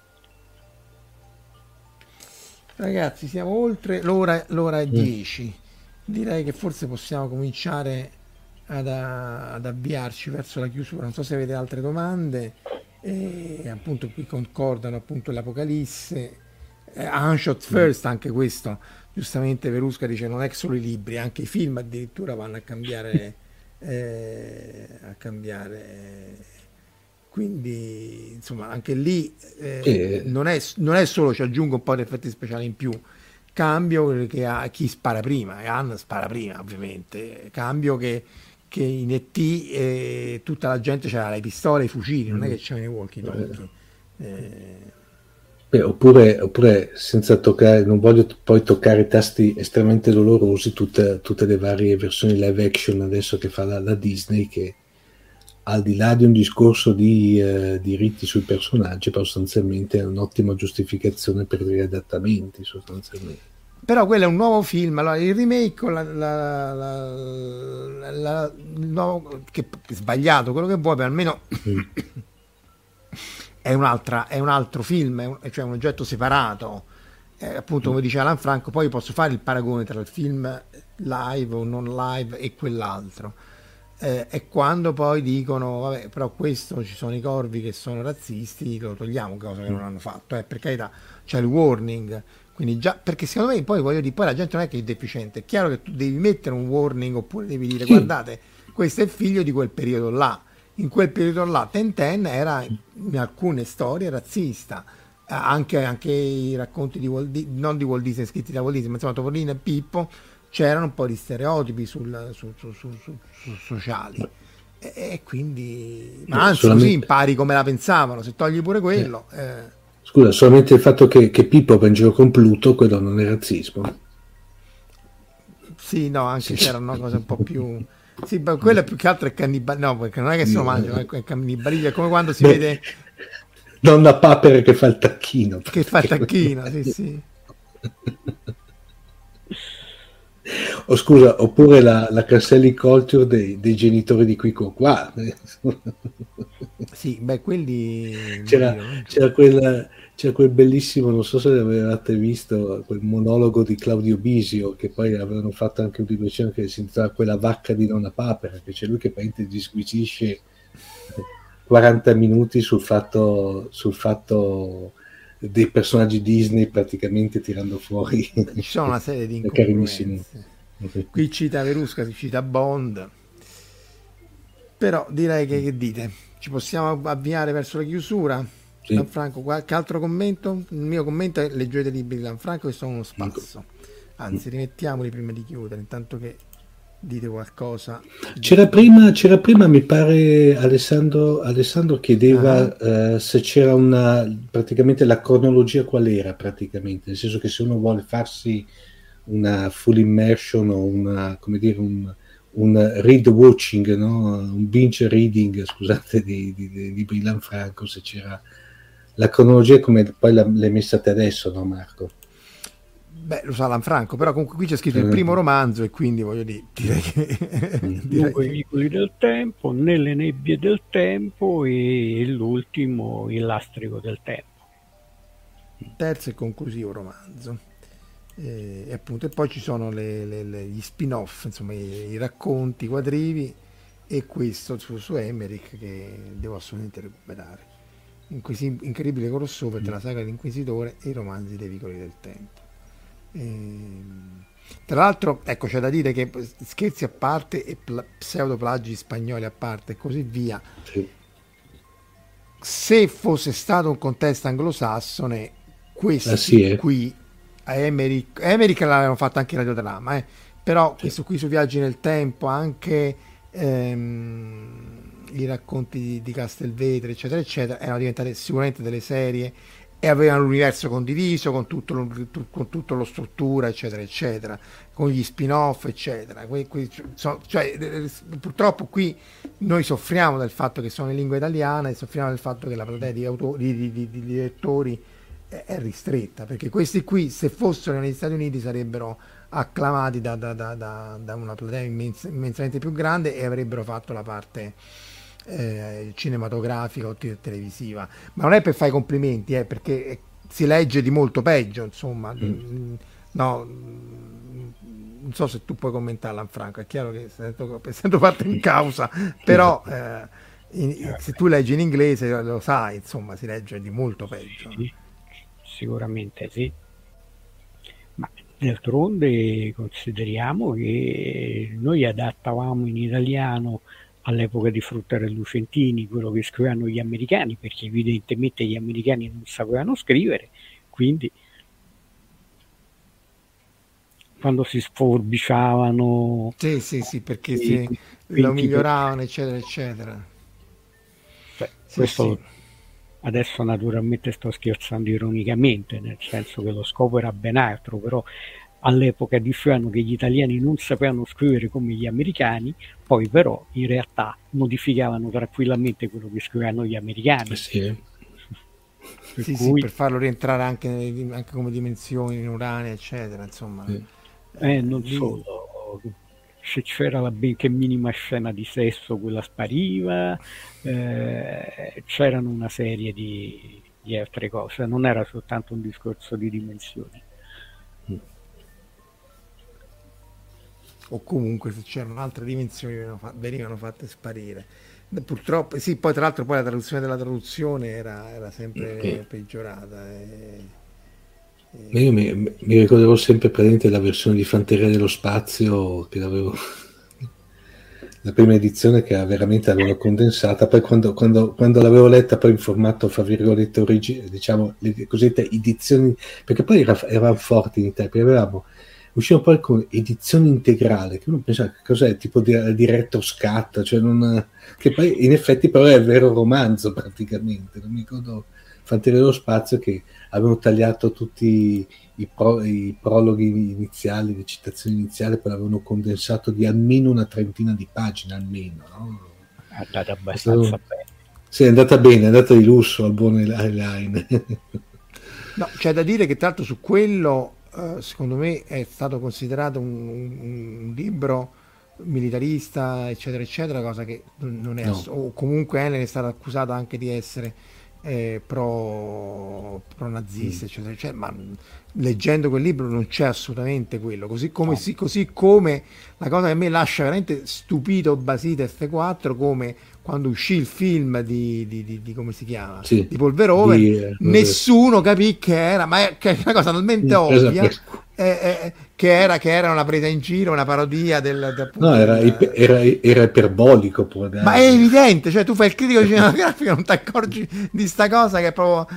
Ragazzi, siamo oltre l'ora, l'ora e dieci. direi che forse possiamo cominciare ad, ad avviarci verso la chiusura. Non so se avete altre domande. E appunto qui concordano appunto l'Apocalisse, eh, Unshot First, anche questo giustamente Verusca dice non è solo i libri, anche i film addirittura vanno a cambiare, eh, a cambiare, quindi insomma anche lì eh, Eh. non, è, non è solo, ci aggiungo un po' di effetti speciali in più, cambio che ha chi spara prima, e Anna spara prima ovviamente, cambio che che in E T eh, tutta la gente c'era le pistole e i fucili, non è che c'erano i walkie-talkie. Eh... Beh, oppure, oppure senza toccare, non voglio t- poi toccare i tasti estremamente dolorosi, tutte, tutte le varie versioni live action adesso che fa la, la Disney, che al di là di un discorso di eh, diritti sui personaggi, però sostanzialmente è un'ottima giustificazione per gli adattamenti sostanzialmente. Però quello è un nuovo film, allora il remake la, la, la, la, il nuovo, che è sbagliato quello che vuoi, per almeno mm. è un'altra, è un altro film, è un, cioè un oggetto separato, eh, appunto mm. come dice Alan Franco. Poi posso fare il paragone tra il film live o non live e quell'altro, eh, e quando poi dicono vabbè, però questo ci sono i corvi che sono razzisti, lo togliamo, cosa che non hanno fatto, eh, per carità c'è il warning. Quindi già, perché secondo me poi voglio dire, poi la gente non è che è deficiente, è chiaro che tu devi mettere un warning oppure devi dire sì. Guardate, questo è figlio di quel periodo là, in quel periodo là Ten Ten era in alcune storie razzista, anche, anche i racconti di Walt Disney, non di Walt Disney scritti da Walt Disney, ma insomma Topolino e Pippo, c'erano un po' di stereotipi sul, su, su, su, su, su sociali e, e quindi, ma anzi solamente... così impari come la pensavano, se togli pure quello... Eh. Eh, Scusa, solamente il fatto che, che Pippo va in giro con Pluto, quello non è razzismo. Sì, no, anche sì. C'erano cose un po' più... Sì, ma quello più che altro è cannibalismo, no, perché non è che se lo mangiano, è cannibalismo, è come quando si Beh, vede... Donna Papera che fa il tacchino. Che fa il tacchino, sì, sì. O scusa, oppure la, la cancelling culture dei, dei genitori di Quico qua. Sì, beh, quelli... C'era, c'era, quella, c'era quel bellissimo, non so se l'avevate visto, quel monologo di Claudio Bisio, che poi avevano fatto anche un riversione che si intitola Quella vacca di Nonna Papera, che c'è lui che praticamente disquisisce quaranta minuti sul fatto, sul fatto dei personaggi Disney praticamente tirando fuori. Ci sono una serie di incongruenze. Qui cita Verusca, si cita Bond, però direi che, che dite? Ci possiamo avviare verso la chiusura? Sì. Lanfranco, qualche altro commento? Il mio commento è: leggete i libri di Lanfranco che sono uno spasso, anzi rimettiamoli prima di chiudere, intanto che dite qualcosa. C'era prima, c'era prima mi pare Alessandro, Alessandro chiedeva ah. uh, se c'era una, praticamente la cronologia qual era praticamente, nel senso che se uno vuole farsi una full immersion o una, come dire, un, un read watching, no? Un binge reading, scusate, di, di, di, di Brillan Franco, se c'era la cronologia come poi la, l'hai messa te adesso, no Marco? Beh, lo sa Lanfranco, però comunque qui c'è scritto il primo romanzo e quindi voglio dire, direi che... Due i vicoli del tempo, Nelle nebbie del tempo e l'ultimo, Il lastrico del tempo. Terzo e conclusivo romanzo. E, e appunto e poi ci sono le, le, le, gli spin-off, insomma i, i racconti, i quadrivi, e questo su, su Emmerich che devo assolutamente recuperare. Inquisi- incredibile crossover tra la saga dell'Inquisitore e i romanzi dei vicoli del tempo. E, tra l'altro, ecco, c'è da dire che, scherzi a parte e pl- pseudoplagi spagnoli a parte e così via, sì. Se fosse stato un contesto anglosassone, questo ah, sì, qui a Emmerich, Emmerich l'avevano fatto anche in radiodramma, eh, però sì. Questo qui su Viaggi nel Tempo, anche ehm, i racconti di, di Castelvetri eccetera eccetera, erano diventate sicuramente delle serie e avevano l'universo condiviso con tutto lo, con tutto lo struttura eccetera eccetera, con gli spin-off eccetera. Que, que, cioè, purtroppo qui noi soffriamo del fatto che sono in lingua italiana e soffriamo del fatto che la platea di, autori, di, di, di, di lettori è, è ristretta, perché questi qui se fossero negli Stati Uniti sarebbero acclamati da, da, da, da, da una platea immens- immensamente più grande e avrebbero fatto la parte Eh, cinematografica o te- televisiva, ma non è per fare i complimenti, eh, perché si legge di molto peggio, insomma, mm. no, non so se tu puoi commentare, Lanfranco, è chiaro che essendo, essendo fatto in causa, però eh, in, se tu leggi in inglese lo sai, insomma, si legge di molto peggio. Sì, sicuramente sì, ma d'altronde consideriamo che noi adattavamo in italiano all'epoca di Fruttaro e Lucentini quello che scrivevano gli americani, perché evidentemente gli americani non sapevano scrivere, quindi quando si sforbiciavano, sì sì sì, perché si, lo miglioravano eccetera eccetera. Beh, sì, questo sì. Adesso naturalmente sto scherzando ironicamente, nel senso che lo scopo era ben altro, però all'epoca dicevano che gli italiani non sapevano scrivere come gli americani, poi però in realtà modificavano tranquillamente quello che scrivevano gli americani. Eh sì. Per, sì, cui... sì, per farlo rientrare anche, anche come dimensioni in uranio eccetera, insomma. Sì. Eh, non lì... solo, se c'era la benché minima scena di sesso quella spariva, eh, c'erano una serie di, di altre cose, non era soltanto un discorso di dimensioni. Mm. O comunque se c'erano altre dimensioni venivano, fa- venivano fatte sparire. Purtroppo sì, poi tra l'altro poi la traduzione della traduzione era, era sempre okay. peggiorata e, e... io mi, mi ricorderò sempre presente la versione di Fanteria dello Spazio che l'avevo la prima edizione, che veramente l'avevo condensata, poi quando, quando, quando l'avevo letta poi in formato fra virgolette origine, diciamo le cosiddette edizioni, perché poi era, eravamo forti in Italia, perché avevamo uscivo poi con edizione integrale, che uno pensava che cos'è, tipo di, di retro scat, cioè non, che poi in effetti però è il vero romanzo praticamente. Non mi ricordo Fanteria dello Spazio che avevano tagliato tutti i, pro, i prologhi iniziali, le citazioni iniziali, poi l'avevano condensato di almeno una trentina di pagine, almeno, no? È andata abbastanza stato... bene. Sì, è andata bene, è andata di lusso al buon Line. No, c'è da dire che tra l'altro su quello Uh, secondo me è stato considerato un, un, un libro militarista eccetera eccetera, cosa che non è no. ass- o comunque Helen è stata accusata anche di essere eh, pro, pro nazista mm. eccetera eccetera, ma leggendo quel libro non c'è assolutamente quello, così come, no. si, così come la cosa che a me lascia veramente stupito Basile F quattro, come quando uscì il film di, di, di, di come si chiama? Sì, di Paul Verhoeven, di, eh, nessuno capì che era, ma è, che è una cosa talmente ovvia, eh, eh, che, era, che era una presa in giro, una parodia del... del no, era, del, era, era iperbolico. Può ma è evidente, cioè tu fai il critico cinematografico e non ti accorgi di sta cosa che è proprio...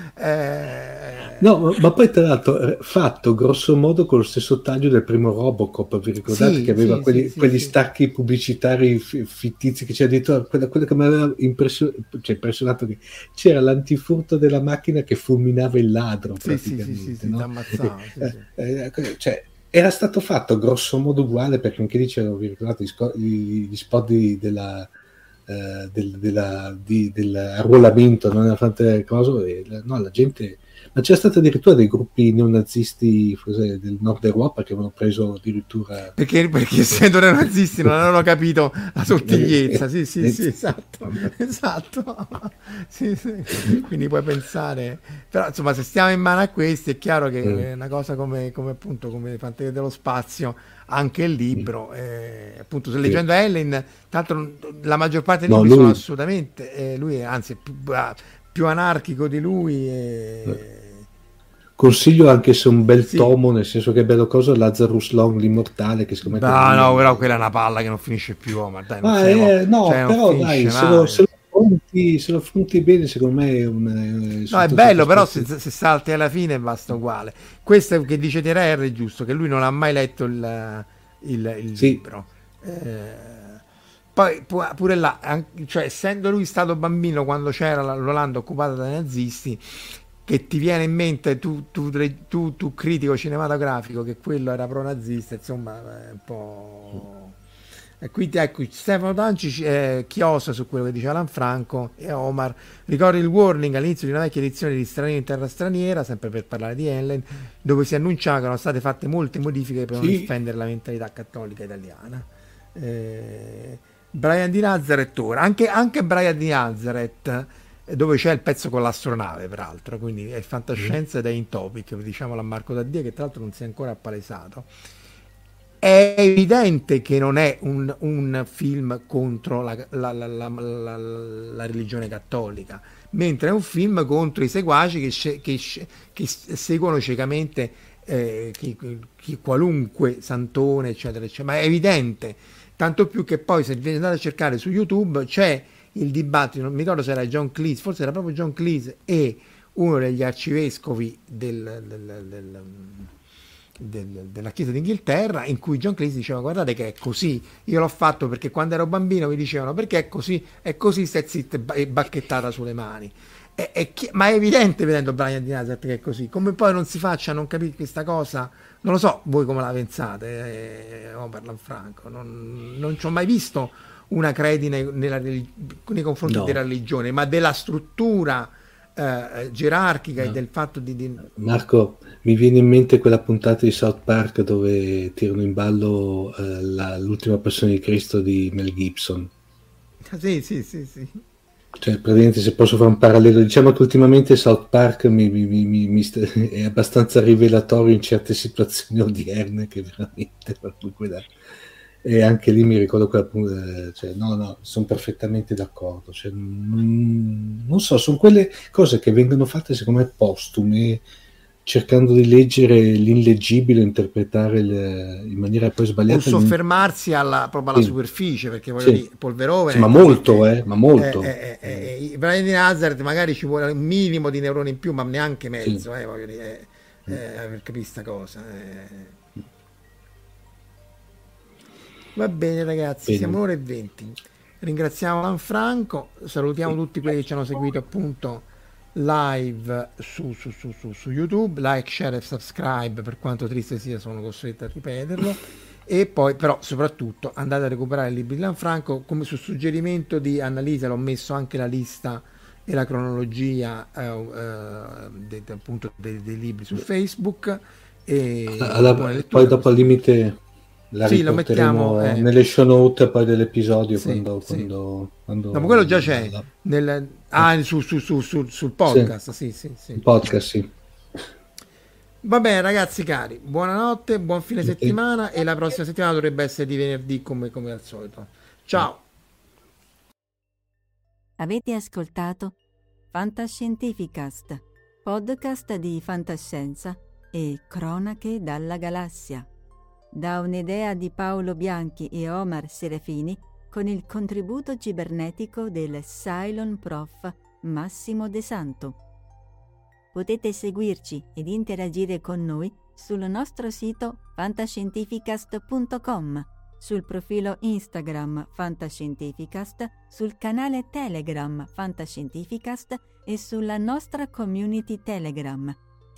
Eh... No, ma poi tra l'altro fatto grosso modo con lo stesso taglio del primo Robocop, vi ricordate sì, che aveva sì, quelli, sì, quegli sì, stacchi sì. pubblicitari fittizi, che c'era addirittura quella, quella che mi aveva impressionato, cioè impressionato che c'era l'antifurto della macchina che fulminava il ladro sì, praticamente, sì, sì, sì, no? sì, ammazzava, sì, sì. Eh, eh, cioè, era stato fatto grosso modo uguale, perché anche lì c'erano, vi ricordate, gli, gli spot di, della uh, del, della, di, dell'arruolamento, non era fatte cose, e, no, la gente... Ma c'è stato addirittura dei gruppi neonazisti del nord Europa che avevano preso addirittura... Perché, perché essendo neonazisti non avevano capito la sottigliezza, sì, sì, sì, esatto, esatto. Sì, sì. Quindi puoi pensare... Però, insomma, se stiamo in mano a questi, è chiaro che mm. una cosa come, come appunto, come Fanteria dello Spazio, anche il libro, eh, appunto, se leggendo Helen, tanto la maggior parte dei libri no, lui... sono assolutamente... Eh, lui è, anzi, è più... più anarchico di lui e... consiglio, anche se un bel sì. tomo, nel senso che è bello cosa, Lazarus Long l'immortale, che secondo me no no però quella è una palla che non finisce più, oh, ma dai, non ah, siamo, eh, no cioè, però dai se lo, se, lo affronti, se lo affronti bene, secondo me è un, no è bello, però se, se salti alla fine basta uguale. Questo che dice Terra è giusto, che lui non ha mai letto il, il, il sì. libro, eh, poi pure là, cioè essendo lui stato bambino quando c'era l'Olanda occupata dai nazisti, che ti viene in mente tu, tu, tu, tu critico cinematografico che quello era pro-nazista, insomma è un po'... E quindi ecco, Stefano Tanci eh, chiosa su quello che diceva Lanfranco e Omar. Ricordi il warning all'inizio di una vecchia edizione di Straniero in terra straniera, sempre per parlare di Helen, dove si annunciava che erano state fatte molte modifiche per non sì. offendere la mentalità cattolica italiana. Eh, Brian di Nazareth ora, anche, anche Brian di Nazareth, dove c'è il pezzo con l'astronave, peraltro, quindi è fantascienza ed è in topic, diciamolo a Marco Daddia, che tra l'altro non si è ancora appalesato. è evidente che non è un, un film contro la, la, la, la, la, la religione cattolica, mentre è un film contro i seguaci che, che, che seguono ciecamente eh, chi, chi, qualunque santone, eccetera, eccetera. Ma è evidente, tanto più che poi se andate a cercare su YouTube c'è il dibattito, non mi ricordo se era John Cleese, forse era proprio John Cleese e uno degli arcivescovi del, del, del, del, della Chiesa d'Inghilterra, in cui John Cleese diceva: guardate che è così, io l'ho fatto perché quando ero bambino mi dicevano perché è così, è così, stai zitta e bacchettata sulle mani. È, è chi, ma è evidente vedendo Brian di Nazareth che è così. Come poi non si faccia a non capire questa cosa, non lo so voi come la pensate, eh, oh, parla Franco, non, non ci ho mai visto una credine nella, nei confronti no. della religione, ma della struttura eh, gerarchica no. e del fatto di, di... Marco, mi viene in mente quella puntata di South Park dove tirano in ballo eh, la, l'ultima passione di Cristo di Mel Gibson. Sì, sì, sì, sì. Cioè, praticamente, se posso fare un parallelo, diciamo che ultimamente South Park mi, mi, mi, mi st- è abbastanza rivelatorio in certe situazioni odierne che veramente quella... e anche lì mi ricordo quella, cioè, no no sono perfettamente d'accordo, cioè, non, non so, sono quelle cose che vengono fatte secondo me postume, cercando di leggere l'illeggibile, interpretare le, in maniera poi sbagliata, o soffermarsi alla, proprio alla sì. superficie, perché voglio sì. dire, Polverone sì, ma molto eh, ma molto eh, eh, eh, Brian di Nazareth magari ci vuole un minimo di neuroni in più, ma neanche mezzo sì. eh, voglio dire, eh, eh, per capire sta cosa eh. Va bene ragazzi, bene. Siamo ore e venti. Ringraziamo Lanfranco, salutiamo tutti quelli che ci hanno seguito appunto live su, su, su, su, su YouTube, like, share e subscribe, per quanto triste sia sono costretto a ripeterlo, e poi però soprattutto andate a recuperare il libro di Lanfranco, come su suggerimento di Annalisa l'ho messo anche la lista e la cronologia eh, eh, de, de, appunto dei, dei libri su Facebook e alla, poi dopo al limite la sì, lo mettiamo eh. nelle show note poi dell'episodio sì, quando, sì. quando, quando no, ma quello già c'è la... nel, ah, su, su, su, su, sul podcast sì. Sì, sì, sì. Il podcast sì. Va bene ragazzi cari, buonanotte, buon fine settimana e la prossima settimana dovrebbe essere di venerdì come, come al solito. Ciao. Avete ascoltato Fantascientificast, podcast di fantascienza e cronache dalla galassia. Da un'idea di Paolo Bianchi e Omar Serafini con il contributo cibernetico del Cylon Prof Massimo De Santo. Potete seguirci ed interagire con noi sul nostro sito fantascientificast punto com, sul profilo Instagram Fantascientificast, sul canale Telegram Fantascientificast e sulla nostra community Telegram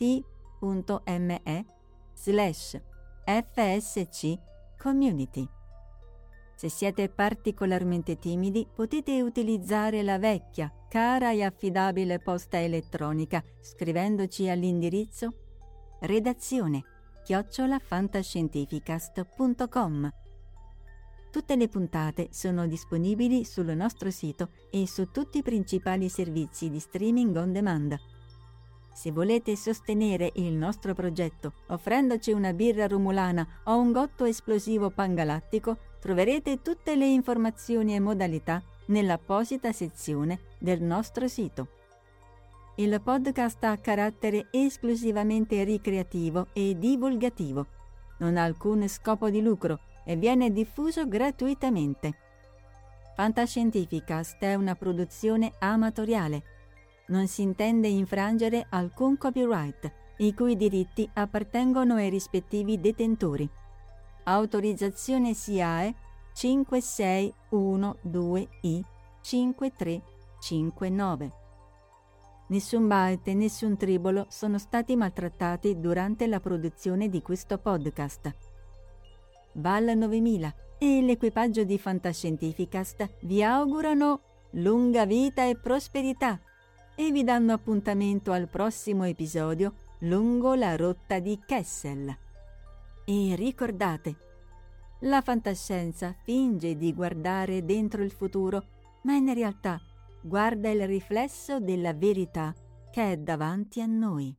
t.me slash fsc community. Se siete particolarmente timidi, potete utilizzare la vecchia, cara e affidabile posta elettronica scrivendoci all'indirizzo redazione chiocciola fantascientificast punto com. Tutte le puntate sono disponibili sul nostro sito e su tutti i principali servizi di streaming on demand. Se volete sostenere il nostro progetto offrendoci una birra romulana o un gotto esplosivo pangalattico, troverete tutte le informazioni e modalità nell'apposita sezione del nostro sito. Il podcast ha carattere esclusivamente ricreativo e divulgativo. Non ha alcun scopo di lucro e viene diffuso gratuitamente. Fantascientificast è una produzione amatoriale. Non si intende infrangere alcun copyright, i cui diritti appartengono ai rispettivi detentori. Autorizzazione S I A E cinque sei uno due I cinque tre cinque nove. Nessun byte e nessun tribolo sono stati maltrattati durante la produzione di questo podcast. Val novemila e l'equipaggio di Fantascientificast vi augurano lunga vita e prosperità e vi danno appuntamento al prossimo episodio lungo la rotta di Kessel. E ricordate, la fantascienza finge di guardare dentro il futuro, ma in realtà guarda il riflesso della verità che è davanti a noi.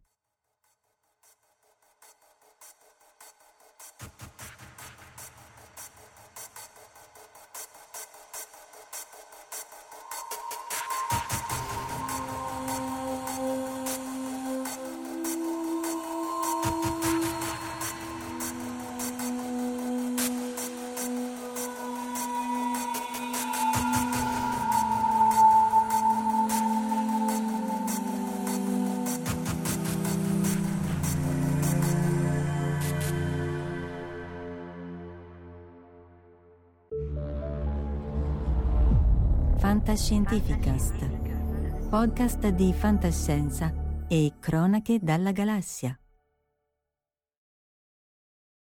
Fantascientificast, podcast di fantascienza e cronache dalla galassia.